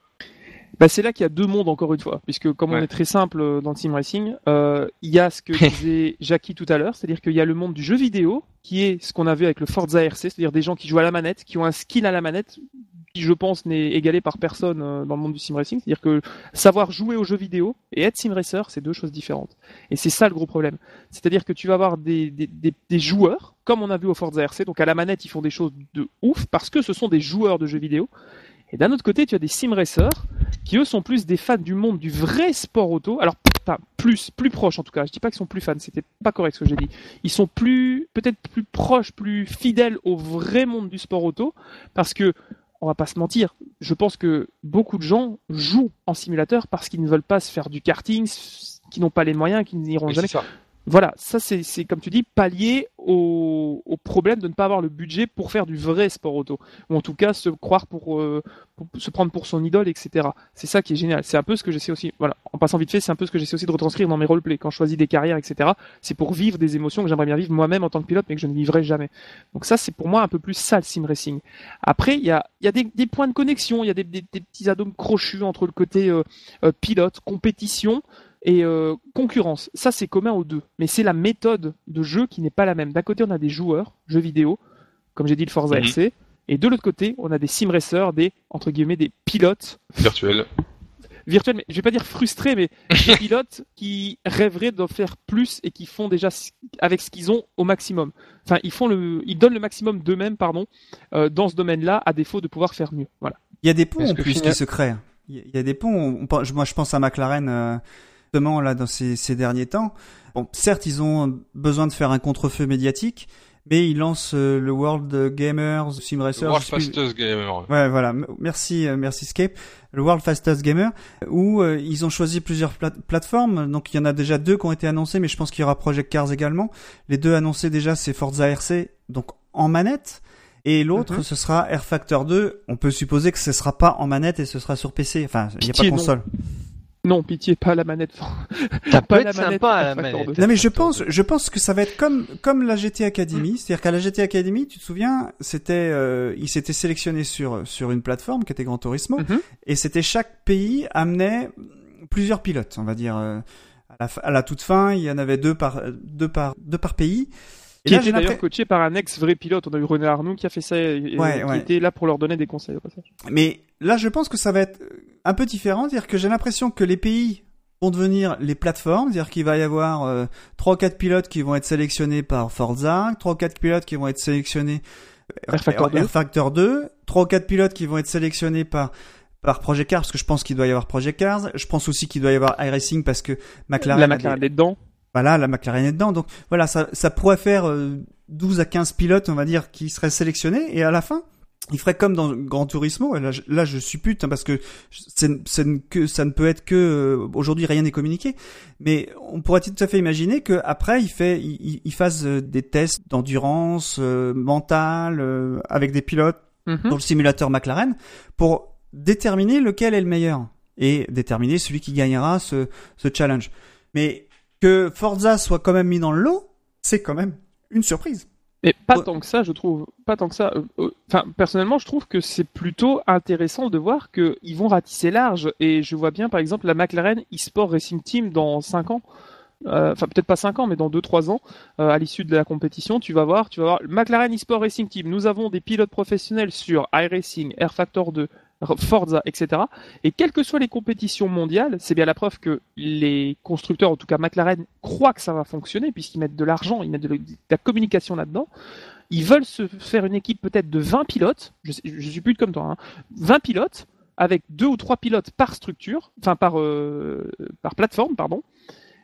Bah, c'est là qu'il y a deux mondes, encore une fois, puisque comme Ouais. on est très simple dans le sim racing, euh, il y a ce que disait Jackie tout à l'heure, c'est-à-dire qu'il y a le monde du jeu vidéo, qui est ce qu'on a vu avec le Forza R C, c'est-à-dire des gens qui jouent à la manette, qui ont un skill à la manette, qui je pense n'est égalé par personne euh, dans le monde du sim racing, c'est-à-dire que savoir jouer aux jeux vidéo et être sim racer, c'est deux choses différentes. Et c'est ça le gros problème. C'est-à-dire que tu vas avoir des, des, des, des joueurs, comme on a vu au Forza R C, donc à la manette ils font des choses de ouf, parce que ce sont des joueurs de jeux vidéo. Et d'un autre côté, tu as des sim racers qui eux sont plus des fans du monde du vrai sport auto. Alors, enfin, plus, plus proches en tout cas. Je dis pas qu'ils sont plus fans, c'était pas correct ce que j'ai dit. Ils sont plus, peut-être plus proches, plus fidèles au vrai monde du sport auto, parce que, on va pas se mentir, je pense que beaucoup de gens jouent en simulateur parce qu'ils ne veulent pas se faire du karting, qui n'ont pas les moyens, qui n'iront Oui, jamais. c'est ça. Voilà, ça c'est, c'est comme tu dis, pallier au, au problème de ne pas avoir le budget pour faire du vrai sport auto, ou en tout cas se croire pour, euh, pour se prendre pour son idole, et cetera. C'est ça qui est génial. C'est un peu ce que j'essaie aussi. Voilà, en passant vite fait, c'est un peu ce que j'essaie aussi de retranscrire dans mes roleplays quand je choisis des carrières, et cetera. C'est pour vivre des émotions que j'aimerais bien vivre moi-même en tant que pilote, mais que je ne vivrai jamais. Donc ça, c'est pour moi un peu plus ça le sim racing. Après, il y a, il y a des, des points de connexion, il y a des, des, des petits atomes crochus entre le côté euh, euh, pilote, compétition et euh, concurrence. Ça, c'est commun aux deux. Mais c'est la méthode de jeu qui n'est pas la même. D'un côté, on a des joueurs, jeux vidéo, comme j'ai dit le Forza Mhm. R C, et de l'autre côté, on a des sim racers, des, entre guillemets, des pilotes Virtuel. virtuels, mais je vais pas dire frustrés, mais des pilotes qui rêveraient d'en faire plus et qui font déjà c- avec ce qu'ils ont au maximum. Enfin, ils font le, ils donnent le maximum d'eux-mêmes, pardon, euh, dans ce domaine-là, à défaut de pouvoir faire mieux. Voilà. Il y a des ponts Est-ce en que plus final- qui se créent. Il y a- il y a des ponts. On pense- moi, je pense à McLaren, euh, justement, là, dans ces, ces derniers temps. Bon, certes, ils ont besoin de faire un contre-feu médiatique, mais ils lancent euh, le World Gamers Sim Racer. World je sais plus- Fastest Gamer. Ouais, voilà. M- Merci, euh, merci Scape. Le World Fastest Gamer, où euh, ils ont choisi plusieurs pla- plateformes. Donc, il y en a déjà deux qui ont été annoncées, mais je pense qu'il y aura Project Cars également. Les deux annoncés déjà, c'est Forza R C, donc en manette. Et l'autre, Mhm. ce sera R Factor deux. On peut supposer que ce sera pas en manette et ce sera sur P C. Enfin, il n'y a pas Pitié, de non. console. Non, pitié, pas la manette. Ça peut Pas être la manette sympa à la F Factor manette. deux. Non mais je pense, je pense que ça va être comme comme la G T Academy, c'est-à-dire qu'à la G T Academy, tu te souviens, c'était euh, ils s'étaient sélectionnés sur sur une plateforme qui était Gran Turismo, Mhm. et c'était chaque pays amenait plusieurs pilotes, on va dire euh, à la, fin- à la toute fin, il y en avait deux par deux par deux par pays. Et Qui là, était j'ai d'ailleurs l'impression- coaché par un ex-vrai pilote. On a eu René Arnoux qui a fait ça, et, et Ouais, qui ouais. était là pour leur donner des conseils au passage. Mais là, je pense que ça va être un peu différent, c'est-à-dire que j'ai l'impression que les pays vont devenir les plateformes, c'est-à-dire qu'il va y avoir euh, trois ou quatre pilotes qui vont être sélectionnés par Forza, trois ou quatre pilotes qui vont être sélectionnés R Factor deux. R Factor deux, trois ou quatre pilotes qui vont être sélectionnés par par Project Cars, parce que je pense qu'il doit y avoir Project Cars. Je pense aussi qu'il doit y avoir iRacing parce que McLaren, La a McLaren des- est dedans. voilà, la McLaren est dedans. Donc voilà, ça ça pourrait faire euh, douze à quinze pilotes, on va dire, qui seraient sélectionnés, et à la fin, il ferait comme dans Gran Turismo. Et là, je, là, je suppute, hein, parce que c'est, c'est que ça ne peut être que euh, aujourd'hui rien n'est communiqué. Mais on pourrait tout à fait imaginer que après, il fait, il, il fasse euh, des tests d'endurance euh, mentale euh, avec des pilotes Mhm. dans le simulateur McLaren pour déterminer lequel est le meilleur et déterminer celui qui gagnera ce, ce challenge. Mais que Forza soit quand même mis dans le lot, c'est quand même une surprise. Et pas Ouais. tant que ça, je trouve. Pas tant que ça. Euh, euh, Enfin, personnellement, je trouve que c'est plutôt intéressant de voir qu'ils vont ratisser large. Et je vois bien, par exemple, la McLaren eSport Racing Team dans cinq ans. Euh, Enfin, peut-être pas cinq ans, mais dans deux trois ans, euh, à l'issue de la compétition, tu vas voir, tu vas voir McLaren eSport Racing Team. Nous avons des pilotes professionnels sur iRacing, R Factor deux, Forza, et cetera. Et quelles que soient les compétitions mondiales, c'est bien la preuve que les constructeurs, en tout cas McLaren, croient que ça va fonctionner puisqu'ils mettent de l'argent, ils mettent de la communication là-dedans. Ils veulent se faire une équipe peut-être de vingt pilotes, je, sais, je suis plus comme toi, hein, vingt pilotes avec deux ou trois pilotes par structure, enfin par, euh, par plateforme, pardon.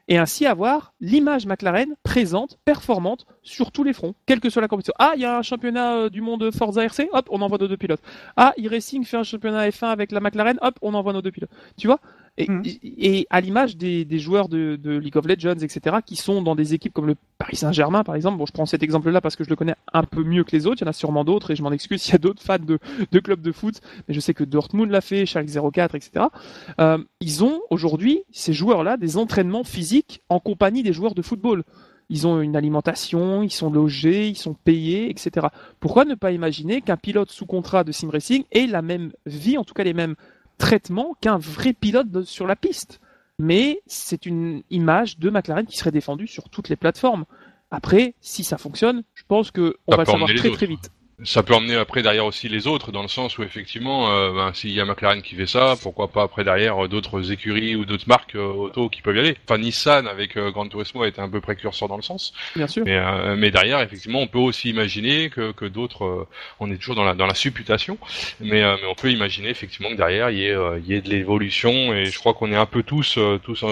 et ainsi avoir l'image McLaren présente, performante sur tous les fronts, quelle que soit la compétition. Ah, il y a un championnat du monde Forza R C, hop, on envoie nos deux pilotes. Ah, e-Racing fait un championnat F un avec la McLaren, hop, on envoie nos deux pilotes. Tu vois ? Et, mmh. et, et à l'image des, des joueurs de, de League of Legends, et cetera, qui sont dans des équipes comme le Paris Saint-Germain, par exemple. Bon, je prends cet exemple-là parce que je le connais un peu mieux que les autres. Il y en a sûrement d'autres, et je m'en excuse s'il y a d'autres fans de, de clubs de foot. Mais je sais que Dortmund l'a fait, Schalke zéro quatre, et cetera. Euh, ils ont aujourd'hui, ces joueurs-là, des entraînements physiques en compagnie des joueurs de football. Ils ont une alimentation, ils sont logés, ils sont payés, et cetera. Pourquoi ne pas imaginer qu'un pilote sous contrat de sim racing ait la même vie, en tout cas les mêmes traitement qu'un vrai pilote de, sur la piste. Mais c'est une image de McLaren qui serait défendue sur toutes les plateformes. Après, si ça fonctionne, je pense qu'on va le savoir très très vite. Ça peut emmener après derrière aussi les autres, dans le sens où effectivement, euh, ben, s'il y a McLaren qui fait ça, pourquoi pas après derrière d'autres écuries ou d'autres marques euh, auto qui peuvent y aller. Enfin, Nissan avec euh, Gran Turismo a été un peu précurseur dans le sens. Bien sûr. Mais, euh, mais derrière, effectivement, on peut aussi imaginer que, que d'autres, euh, on est toujours dans la dans la supputation, mais, euh, mais on peut imaginer effectivement que derrière il y ait euh, il y ait de l'évolution, et je crois qu'on est un peu tous euh, tous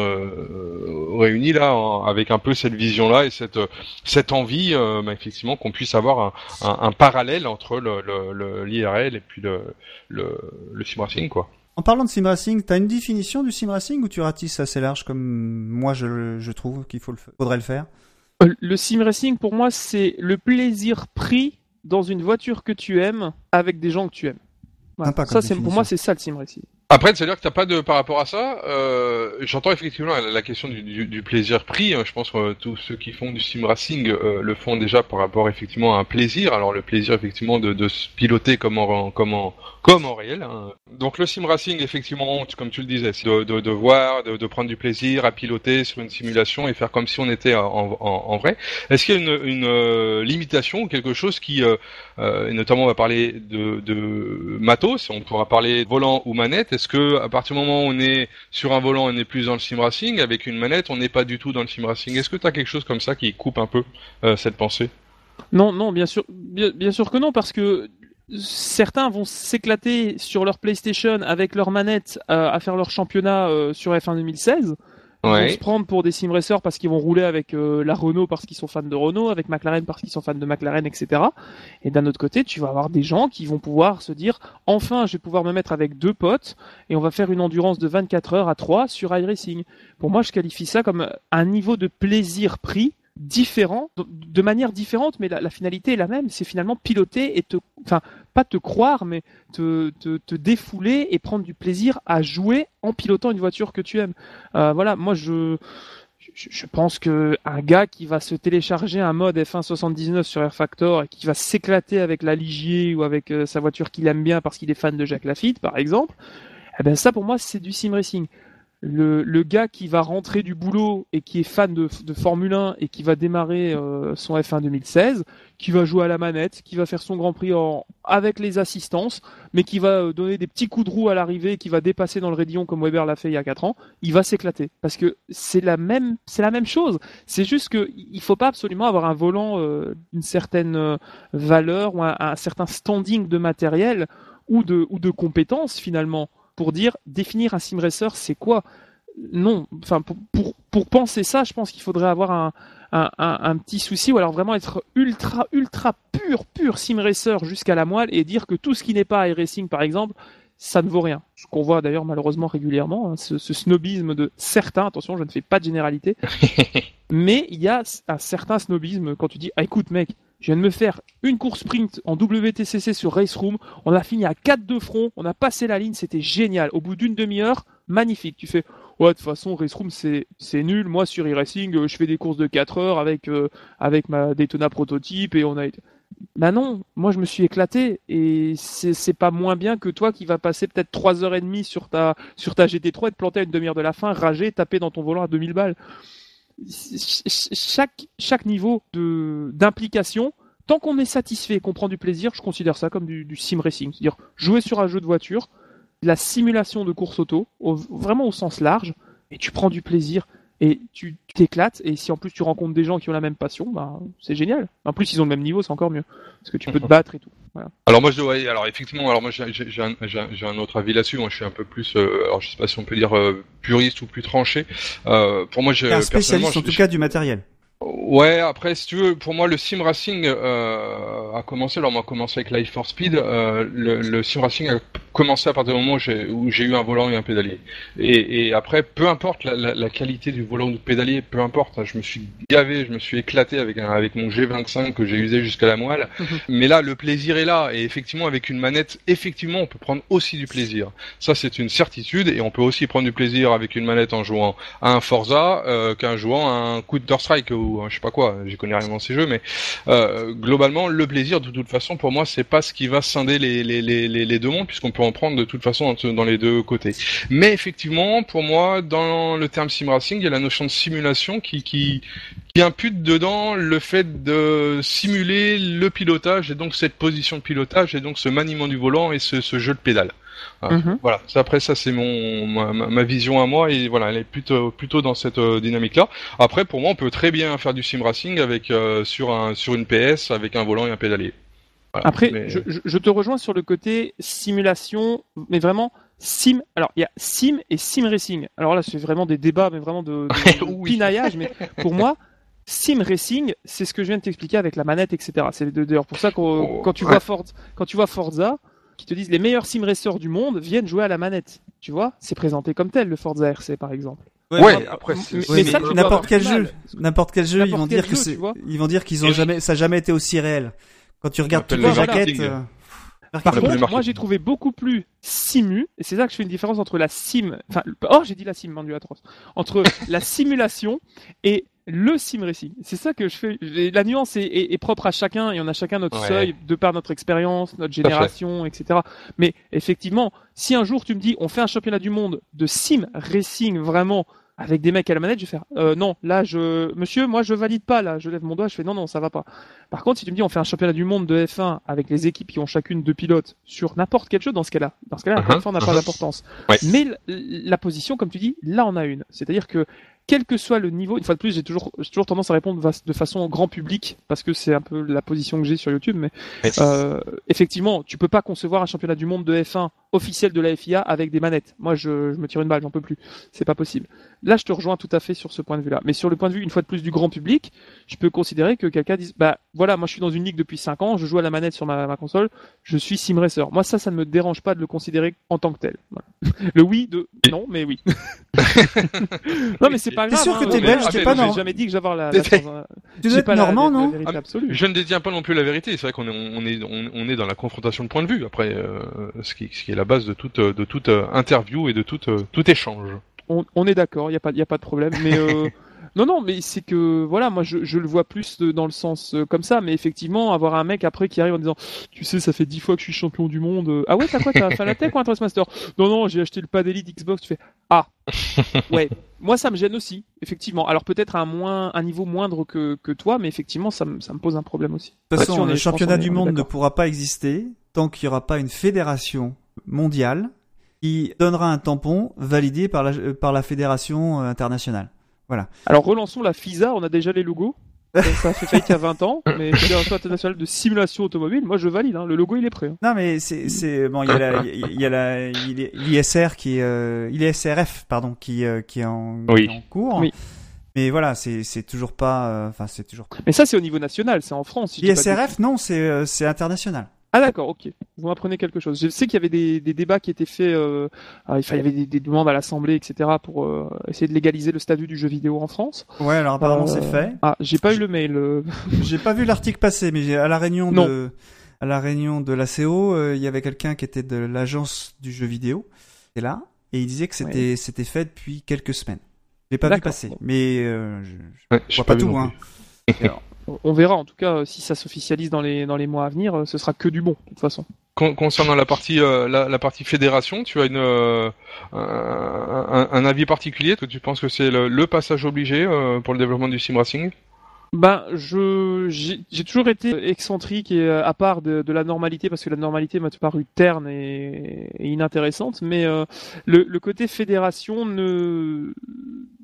euh, réunis là hein, avec un peu cette vision-là et cette cette envie, euh, bah, effectivement, qu'on puisse avoir un, un, un parallèle entre le, le, le, l'I R L et puis le, le, le sim racing, quoi. En parlant de sim racing, t'as une définition du sim racing ou tu ratisses assez large comme moi je, je trouve qu'il faut le, faudrait le faire? Le sim racing, pour moi, c'est le plaisir pris dans une voiture que tu aimes avec des gens que tu aimes. Voilà. Ça, c'est, pour moi, c'est ça le sim racing. Après, c'est-à-dire que t'as pas de, par rapport à ça, euh, j'entends effectivement la, la question du, du, du plaisir pris. Je pense que tous ceux qui font du sim racing euh, le font déjà par rapport effectivement à un plaisir. Alors le plaisir effectivement de, de se piloter comme en, comme en, comme en réel. Hein. Donc le sim racing, effectivement, comme tu le disais, c'est de, de, de voir, de, de prendre du plaisir à piloter sur une simulation et faire comme si on était en, en, en vrai. Est-ce qu'il y a une, une euh, limitation ou quelque chose qui, euh, euh, et notamment on va parler de, de matos, on pourra parler volant ou manette. Est-ce que à partir du moment où on est sur un volant, on est plus dans le sim racing, avec une manette, on n'est pas du tout dans le sim racing? Est-ce que tu as quelque chose comme ça qui coupe un peu euh, cette pensée? Non, non, bien sûr, bien, bien sûr que non, parce que certains vont s'éclater sur leur PlayStation avec leur manette euh, à faire leur championnat euh, sur F un deux mille seize. Ils ouais. vont se prendre pour des sim racers parce qu'ils vont rouler avec euh, la Renault parce qu'ils sont fans de Renault, avec McLaren parce qu'ils sont fans de McLaren, et cetera. Et d'un autre côté, tu vas avoir des gens qui vont pouvoir se dire « Enfin, je vais pouvoir me mettre avec deux potes et on va faire une endurance de vingt-quatre heures à trois sur iRacing. » Pour moi, je qualifie ça comme un niveau de plaisir pris différent, de manière différente, mais la, la finalité est la même. C'est finalement piloter et te, enfin, pas te croire, mais te, te, te défouler et prendre du plaisir à jouer en pilotant une voiture que tu aimes. Euh, voilà, moi je, je, je pense que un gars qui va se télécharger un mode F un soixante-dix-neuf sur R Factor et qui va s'éclater avec la Ligier ou avec euh, sa voiture qu'il aime bien parce qu'il est fan de Jacques Lafitte, par exemple, eh ben ça pour moi c'est du sim racing. Le, le gars qui va rentrer du boulot et qui est fan de, de Formule un et qui va démarrer euh, son F un deux mille seize, qui va jouer à la manette, qui va faire son Grand Prix en, avec les assistances, mais qui va euh, donner des petits coups de roue à l'arrivée, qui va dépasser dans le raidillon comme Weber l'a fait il y a quatre ans, il va s'éclater. Parce que c'est la même, c'est la même chose. C'est juste que il faut pas absolument avoir un volant euh, d'une certaine euh, valeur ou un, un certain standing de matériel ou de, ou de compétences finalement. Pour dire, définir un sim racer, c'est quoi? Non, enfin pour, pour pour penser ça, je pense qu'il faudrait avoir un, un, un, un petit souci, ou alors vraiment être ultra ultra pur pur sim racer jusqu'à la moelle et dire que tout ce qui n'est pas iRacing par exemple, ça ne vaut rien. Ce qu'on voit d'ailleurs malheureusement régulièrement, hein, ce, ce snobisme de certains. Attention, je ne fais pas de généralité, mais il y a un certain snobisme quand tu dis, ah écoute mec, je viens de me faire une course sprint en W T C C sur Race Room. On a fini à quatre de front. On a passé la ligne. C'était génial. Au bout d'une demi-heure, magnifique. Tu fais, ouais, de toute façon, Race Room, c'est, c'est nul. Moi, sur e-racing, je fais des courses de quatre heures avec, euh, avec ma Daytona prototype et on a été... Bah non, moi, je me suis éclaté et c'est, c'est pas moins bien que toi qui vas passer peut-être trois heures et demie sur ta, sur ta G T trois et te planter à une demi-heure de la fin, rager, taper dans ton volant à deux mille balles. Chaque, chaque niveau de, d'implication, tant qu'on est satisfait et qu'on prend du plaisir, je considère ça comme du, du sim racing. C'est-à-dire jouer sur un jeu de voiture, de la simulation de course auto, au, vraiment au sens large, et tu prends du plaisir. et tu tu t'éclates. Et si en plus tu rencontres des gens qui ont la même passion, bah c'est génial. En plus ils ont le même niveau, c'est encore mieux parce que tu peux te battre et tout. Voilà. Alors moi je ouais, alors effectivement alors moi j'ai j'ai j'ai un, j'ai un, j'ai un autre avis là-dessus. Moi je suis un peu plus euh, alors je sais pas si on peut dire euh, puriste ou plus tranché. Euh, pour moi je un spécialiste en tout je, cas du matériel. Ouais, après, si tu veux, pour moi, le sim racing euh, a commencé. Alors, moi, a commencé avec Life for Speed. Euh, le, le sim racing a commencé à partir du moment où j'ai, où j'ai eu un volant et un pédalier. Et, et après, peu importe la, la, la qualité du volant ou du pédalier, peu importe. Hein, je me suis gavé, je me suis éclaté avec un, avec mon G vingt-cinq que j'ai usé jusqu'à la moelle. Mais là, le plaisir est là. Et effectivement, avec une manette, effectivement, on peut prendre aussi du plaisir. Ça, c'est une certitude. Et on peut aussi prendre du plaisir avec une manette en jouant à un Forza euh, qu'en jouant à un Counter-Strike ou je sais pas quoi, j'y connais rien dans ces jeux, mais euh, globalement, le plaisir, de toute façon, pour moi, c'est pas ce qui va scinder les, les, les, les deux mondes, puisqu'on peut en prendre de toute façon dans les deux côtés. Mais effectivement, pour moi, dans le terme sim racing, il y a la notion de simulation qui, qui, qui impute dedans le fait de simuler le pilotage, et donc cette position de pilotage, et donc ce maniement du volant et ce, ce jeu de pédale. Voilà. Mm-hmm. Voilà. Après ça, c'est mon ma, ma vision à moi et voilà, elle est plutôt plutôt dans cette euh, dynamique-là. Après, pour moi, on peut très bien faire du sim racing avec euh, sur un sur une P S avec un volant et un pédalier. Voilà. Après, mais... je, je te rejoins sur le côté simulation, mais vraiment sim. Alors, il y a sim et sim racing. Alors là, c'est vraiment des débats, mais vraiment de, de, de oui. pinaillage. Mais pour moi. Sim racing, c'est ce que je viens de t'expliquer avec la manette, et cetera. C'est d'ailleurs pour ça que oh, quand tu ouais. vois Forza, quand tu vois Forza, qui te disent les meilleurs sim racers du monde viennent jouer à la manette. Tu vois, c'est présenté comme tel le Forza R C par exemple. Ouais, ouais après c'est... mais, mais, mais ça, n'importe quel jeu, n'importe quel jeu, n'importe ils vont dire jeu, que c'est, ils vont dire qu'ils ont et jamais, ça a jamais été aussi réel. Quand tu regardes toutes les jaquettes. Euh... Par contre, moi j'ai trouvé beaucoup plus simu, et c'est là que je fais une différence entre la sim, enfin, oh j'ai dit la sim, mendu atroce, entre la simulation et le sim racing. C'est ça que je fais. La nuance est, est, est propre à chacun et on a chacun notre ouais. seuil de par notre expérience, notre génération, et cetera. Mais effectivement, si un jour tu me dis on fait un championnat du monde de sim racing vraiment avec des mecs à la manette, je vais faire euh, non, là je monsieur, moi je valide pas là, je lève mon doigt, je fais non non, ça va pas. Par contre, si tu me dis on fait un championnat du monde de F un avec les équipes qui ont chacune deux pilotes sur n'importe quel jeu dans ce cas-là, dans ce cas-là, uh-huh, la F un n'a uh-huh. pas d'importance. Ouais. Mais la, la position comme tu dis, là on a une. C'est-à-dire que quel que soit le niveau, une fois de plus, j'ai toujours, j'ai toujours tendance à répondre de façon grand public parce que c'est un peu la position que j'ai sur YouTube. Mais euh, effectivement, tu peux pas concevoir un championnat du monde de F un officiel de la F I A avec des manettes. Moi, je, je me tire une balle, j'en peux plus. C'est pas possible. Là, je te rejoins tout à fait sur ce point de vue-là. Mais sur le point de vue, une fois de plus, du grand public, je peux considérer que quelqu'un dise, bah voilà, moi je suis dans une ligue depuis cinq ans, je joue à la manette sur ma, ma console, je suis sim racer. Moi, ça, ça ne me dérange pas de le considérer en tant que tel. Voilà. Le oui de non, mais oui. Non, mais c'est pas grave. T'es sûr que hein, t'es belge, t'es pas normand. J'ai jamais dit que j'avais la. la, la tu es normand, non? Ah, je ne détiens pas non plus la vérité. C'est vrai qu'on est, on est, on, on est dans la confrontation de points de vue. Après, euh, ce qui, ce qui est la base de toute, de toute euh, interview et de toute, euh, tout échange. On, on est d'accord. Il y a pas, il y a pas de problème. Mais euh, non, non, mais c'est que voilà, moi je, je le vois plus dans le sens euh, comme ça. Mais effectivement, avoir un mec après qui arrive en disant, tu sais, ça fait dix fois que je suis champion du monde. Ah ouais, t'as quoi? T'as Fanatec ou un Toastmaster? Non, non, j'ai acheté le pad Elite Xbox. Tu fais ah. Ouais, moi ça me gêne aussi, effectivement. Alors peut-être à un, moins, un niveau moindre que, que toi, mais effectivement ça me, ça me pose un problème aussi. De toute façon, le championnat du monde ne pourra pas exister tant qu'il n'y aura pas une fédération mondiale qui donnera un tampon validé par la, par la fédération internationale. Voilà. Alors relançons la FISA, on a déjà les logos. Ça a fait faillite il y a vingt ans, mais Fédération internationale de simulation automobile, moi je valide, hein. Le logo il est prêt. Hein. Non mais c'est c'est bon, il y a la il y a la l'I S R qui euh, l'I S R F pardon qui euh, qui est en, oui. qui est en cours. Oui. Mais voilà, c'est c'est toujours pas enfin euh, c'est toujours Mais ça c'est au niveau national, c'est en France. Si l'I S R F non, c'est euh, c'est international. Ah d'accord, ok. Vous m'apprenez quelque chose. Je sais qu'il y avait des, des débats qui étaient faits, euh, il y avait des, des demandes à l'Assemblée, et cetera, pour euh, essayer de légaliser le statut du jeu vidéo en France. Ouais, alors apparemment euh... c'est fait. Ah, j'ai pas eu le mail. Euh... J'ai pas vu l'article passer, mais j'ai, à la réunion non. de à la réunion de l'A C O, euh, il y avait quelqu'un qui était de l'agence du jeu vidéo, qui est là, et il disait que c'était ouais. c'était fait depuis quelques semaines. J'ai pas D'accord. vu passer, mais euh, je, je ouais, vois pas, pas tout, hein. Alors, on verra en tout cas si ça s'officialise dans les dans les mois à venir, ce sera que du bon de toute façon. Con- concernant la partie euh, la, la partie fédération, tu as une euh, un, un avis particulier? Toi, tu penses que c'est le, le passage obligé euh, pour le développement du sim racing? Ben, je j'ai, j'ai toujours été excentrique et à part de, de la normalité parce que la normalité m'a paru terne et, et inintéressante. Mais euh, le, le côté fédération ne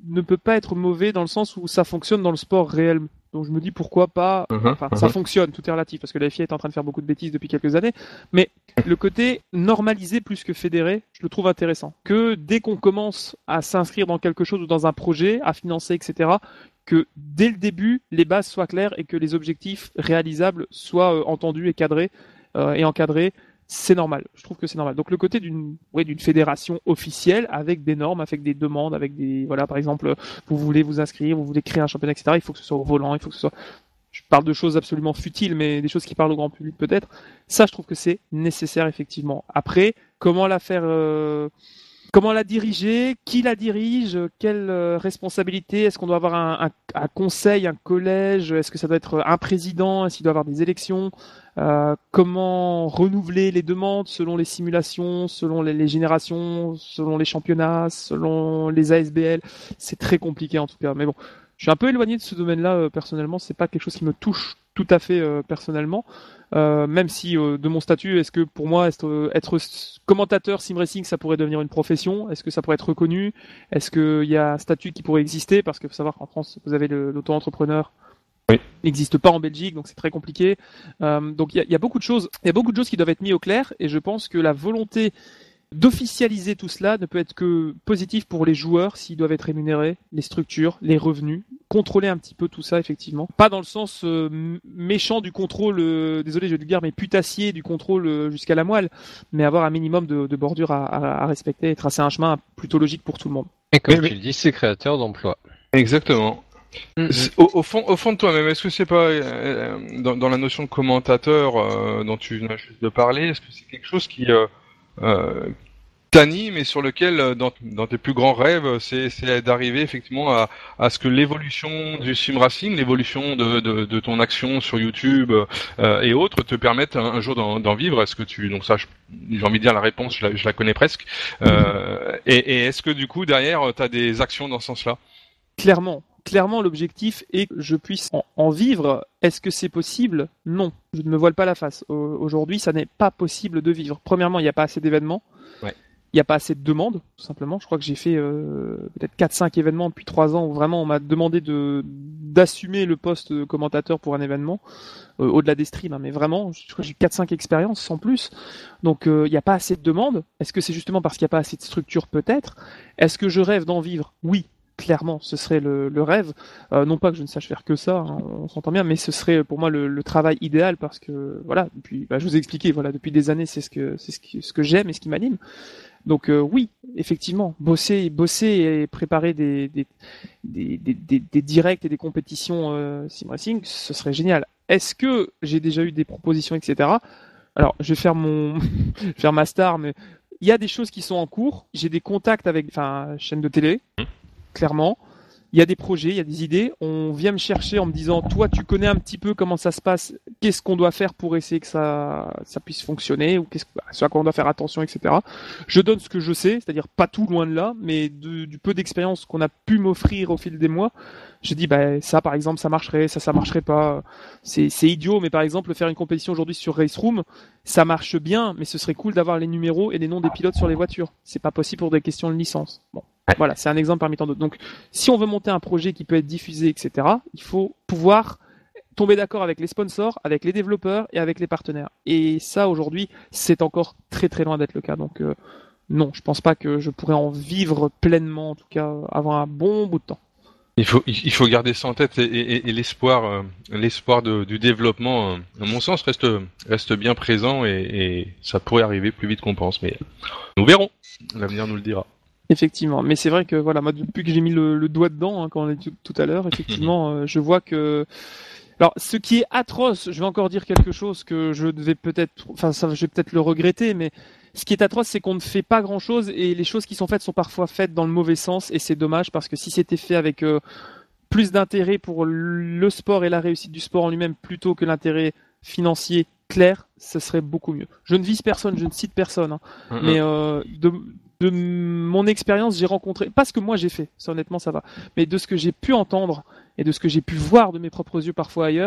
ne peut pas être mauvais dans le sens où ça fonctionne dans le sport réel. Donc je me dis pourquoi pas, Uh-huh, enfin uh-huh. ça fonctionne, tout est relatif parce que la F I A est en train de faire beaucoup de bêtises depuis quelques années, mais le côté normalisé plus que fédéré, je le trouve intéressant. Que dès qu'on commence à s'inscrire dans quelque chose ou dans un projet, à financer, et cetera, que dès le début, les bases soient claires et que les objectifs réalisables soient euh, entendus et cadrés euh, et encadrés. C'est normal. Je trouve que c'est normal. Donc le côté d'une, ouais, d'une fédération officielle avec des normes, avec des demandes, avec des, voilà, par exemple, vous voulez vous inscrire, vous voulez créer un championnat, et cetera. Il faut que ce soit au volant, il faut que ce soit. Je parle de choses absolument futiles, mais des choses qui parlent au grand public peut-être. Ça, je trouve que c'est nécessaire effectivement. Après, comment la faire, euh... comment la diriger, qui la dirige, quelle euh, responsabilité, est-ce qu'on doit avoir un, un, un conseil, un collège, est-ce que ça doit être un président, est-ce qu'il doit y avoir des élections, euh, comment renouveler les demandes selon les simulations, selon les, les générations, selon les championnats, selon les A S B L, c'est très compliqué en tout cas, mais bon. Je suis un peu éloigné de ce domaine-là euh, personnellement. C'est pas quelque chose qui me touche tout à fait euh, personnellement. Euh, même si euh, de mon statut, est-ce que pour moi être, euh, être commentateur sim racing, ça pourrait devenir une profession? Est-ce que ça pourrait être reconnu? Est-ce qu'il y a un statut qui pourrait exister? Parce que faut savoir qu'en France, vous avez le, l'auto-entrepreneur. Oui. Il n'existe pas en Belgique, donc c'est très compliqué. Euh, donc il y a, y a beaucoup de choses, il y a beaucoup de choses qui doivent être mises au clair. Et je pense que la volonté d'officialiser tout cela ne peut être que positif pour les joueurs s'ils doivent être rémunérés, les structures, les revenus, contrôler un petit peu tout ça effectivement. Pas dans le sens euh, méchant du contrôle, euh, désolé je vais le dire, mais putassier du contrôle euh, jusqu'à la moelle, mais avoir un minimum de, de bordure à, à, à respecter et tracer un chemin plutôt logique pour tout le monde. Et comme Mais, tu mais- le dis, c'est créateur d'emplois. Exactement. Mm. C'est- Au, au fond, au fond de toi-même, est-ce que c'est pas euh, dans, dans la notion de commentateur euh, dont tu viens juste de parler, est-ce que c'est quelque chose qui euh, euh, t'anime et sur lequel, euh, dans, dans tes plus grands rêves, c'est, c'est d'arriver effectivement à, à ce que l'évolution du sim racing, l'évolution de, de, de ton action sur YouTube euh, et autres te permettent un, un jour d'en, d'en vivre? Est-ce que tu, donc ça, je- j'ai envie de dire la réponse, je la, je la connais presque. Euh, et, et est-ce que du coup derrière, tu as des actions dans ce sens-là? Clairement, clairement l'objectif est que je puisse en, en vivre. Est-ce que c'est possible? Non, je ne me voile pas la face. Au- Aujourd'hui, ça n'est pas possible de vivre. Premièrement, il n'y a pas assez d'événements. Ouais. Il n'y a pas assez de demandes, tout simplement. Je crois que j'ai fait euh, peut-être quatre cinq événements depuis trois ans où vraiment on m'a demandé de d'assumer le poste de commentateur pour un événement, euh, au-delà des streams, hein, mais vraiment, je crois que j'ai quatre cinq expériences sans plus. Donc euh, il n'y a pas assez de demandes. Est-ce que c'est justement parce qu'il n'y a pas assez de structure? Peut-être. Est-ce que je rêve d'en vivre? Oui. Clairement, ce serait le, le rêve. Euh, non pas que je ne sache faire que ça, hein, on s'entend bien, mais ce serait pour moi le, le travail idéal parce que voilà, depuis, bah, je vous ai expliqué, voilà, depuis des années, c'est ce que c'est ce, qui, ce que j'aime et ce qui m'anime. Donc euh, oui, effectivement, bosser, bosser et préparer des des des, des, des, des directs et des compétitions euh, sim racing, ce serait génial. Est-ce que j'ai déjà eu des propositions, et cetera. Alors, je vais faire mon, je vais faire ma star, mais il y a des choses qui sont en cours. J'ai des contacts avec, enfin, chaîne de télé. Clairement, il y a des projets, il y a des idées. On vient me chercher en me disant, toi, tu connais un petit peu comment ça se passe. Qu'est-ce qu'on doit faire pour essayer que ça, ça puisse fonctionner ou qu'est-ce ce à quoi on doit faire attention, et cetera. Je donne ce que je sais, c'est-à-dire pas tout loin de là, mais de, du peu d'expérience qu'on a pu m'offrir au fil des mois. Je dis, bah, ça, par exemple, ça marcherait, ça, ça marcherait pas. C'est, c'est idiot, mais par exemple, faire une compétition aujourd'hui sur Race Room, ça marche bien, mais ce serait cool d'avoir les numéros et les noms des pilotes sur les voitures. C'est pas possible pour des questions de licence. Bon. Voilà, c'est un exemple parmi tant d'autres. Donc, si on veut monter un projet qui peut être diffusé, et cetera, il faut pouvoir tomber d'accord avec les sponsors, avec les développeurs et avec les partenaires. Et ça, aujourd'hui, c'est encore très très loin d'être le cas. Donc, euh, non, je pense pas que je pourrais en vivre pleinement, en tout cas, avant un bon bout de temps. Il faut, il faut garder ça en tête et, et, et l'espoir, euh, l'espoir de, du développement, euh, à mon sens, reste, reste bien présent et, et ça pourrait arriver plus vite qu'on pense. Mais nous verrons. L'avenir nous le dira. Effectivement, mais c'est vrai que voilà, moi depuis que j'ai mis le, le doigt dedans, hein, quand on est tout, tout à l'heure, effectivement, euh, je vois que. Alors, ce qui est atroce, je vais encore dire quelque chose que je devais peut-être, enfin, ça, je vais peut-être le regretter, mais ce qui est atroce, c'est qu'on ne fait pas grand-chose et les choses qui sont faites sont parfois faites dans le mauvais sens et c'est dommage parce que si c'était fait avec euh, plus d'intérêt pour le sport et la réussite du sport en lui-même plutôt que l'intérêt financier clair, ce serait beaucoup mieux. Je ne vise personne, je ne cite personne, hein, Mm-hmm. mais euh, de, de mon expérience, j'ai rencontré, pas ce que moi j'ai fait, ça honnêtement ça va, mais de ce que j'ai pu entendre et de ce que j'ai pu voir de mes propres yeux parfois ailleurs,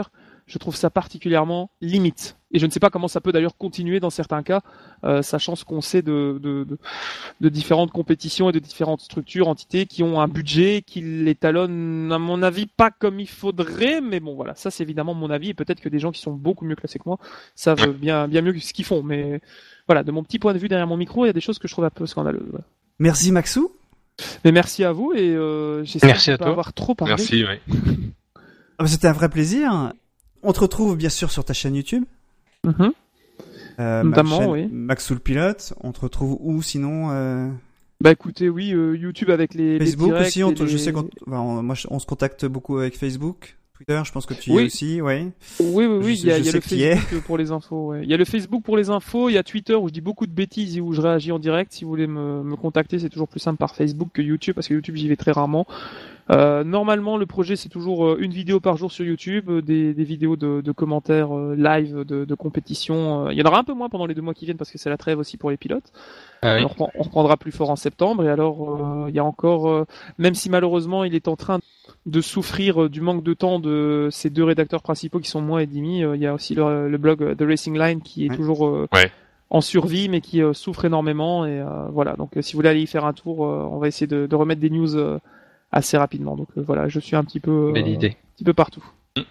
je trouve ça particulièrement limite. Et je ne sais pas comment ça peut d'ailleurs continuer dans certains cas, euh, sachant ce qu'on sait de, de, de, de différentes compétitions et de différentes structures, entités qui ont un budget, qui les talonnent, à mon avis, pas comme il faudrait, mais bon, voilà, ça c'est évidemment mon avis, et peut-être que des gens qui sont beaucoup mieux classés que moi savent bien, bien mieux ce qu'ils font, mais voilà, de mon petit point de vue derrière mon micro, il y a des choses que je trouve un peu scandaleuses. Voilà. Merci Maxou. Mais merci à vous, et euh, j'espère Merci à pas toi. avoir trop parlé. Merci, oui. Ah bah, c'était un vrai plaisir. On te retrouve bien sûr sur ta chaîne YouTube. Mm-hmm. Euh, Notamment, chaîne oui. Maxou le pilote. On te retrouve où sinon euh... Bah écoutez, oui, euh, YouTube avec les Facebook les directs aussi. On et te- les... Je sais qu'on, enfin, on- moi, je- on se contacte beaucoup avec Facebook, Twitter. Je pense que tu y Oui. es aussi, ouais. Oui, oui, oui, Je il y a, sais- il y a je le sais qui est. Facebook pour les infos. Ouais. Il y a le Facebook pour les infos, il y a Twitter où je dis beaucoup de bêtises et où je réagis en direct. Si vous voulez me, me contacter, c'est toujours plus simple par Facebook que YouTube, parce que YouTube, j'y vais très rarement. Euh, normalement, le projet, c'est toujours euh, une vidéo par jour sur YouTube, euh, des, des vidéos de, de commentaires euh, live de, de compétition. Euh, il y en aura un peu moins pendant les deux mois qui viennent, parce que c'est la trêve aussi pour les pilotes. Ah oui. On, reprend- on reprendra plus fort en septembre. Et alors, euh, il y a encore, euh, même si malheureusement, il est en train de souffrir euh, du manque de temps de ces deux rédacteurs principaux qui sont moi et Dimi, euh, il y a aussi le, le blog euh, The Racing Line qui est Ouais. toujours euh, Ouais. en survie, mais qui euh, souffre énormément. Et euh, voilà. Donc, euh, si vous voulez aller y faire un tour, euh, on va essayer de, de remettre des news euh, assez rapidement. Donc euh, voilà, je suis un petit peu, euh, Belle idée. un petit peu partout.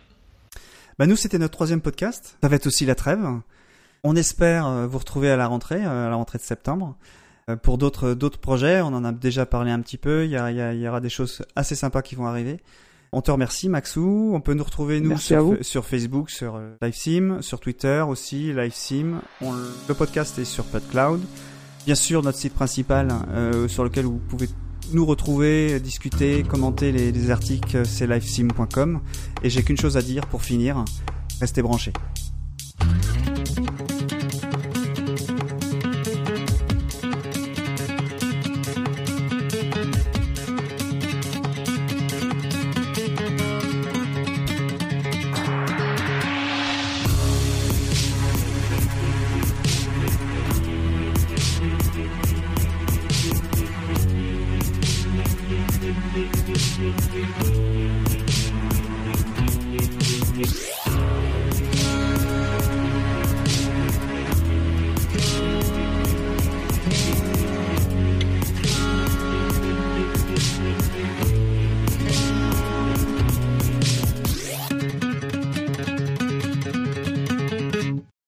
Bah nous, c'était notre troisième podcast. Ça va être aussi la trêve. On espère euh, vous retrouver à la rentrée, euh, à la rentrée de septembre. Euh, Pour d'autres d'autres projets, on en a déjà parlé un petit peu. Il y, a, il y, a, il y aura des choses assez sympas qui vont arriver. On te remercie, Maxou. On peut nous retrouver nous Merci à sur, vous. sur Facebook, sur euh, LiveSim, sur Twitter aussi, LiveSim. On, le podcast est sur PodCloud. Bien sûr, notre site principal euh, sur lequel vous pouvez nous retrouver, discuter, commenter les, les articles, c'est livesim point com. Et j'ai qu'une chose à dire pour finir. Restez branchés. Thank you.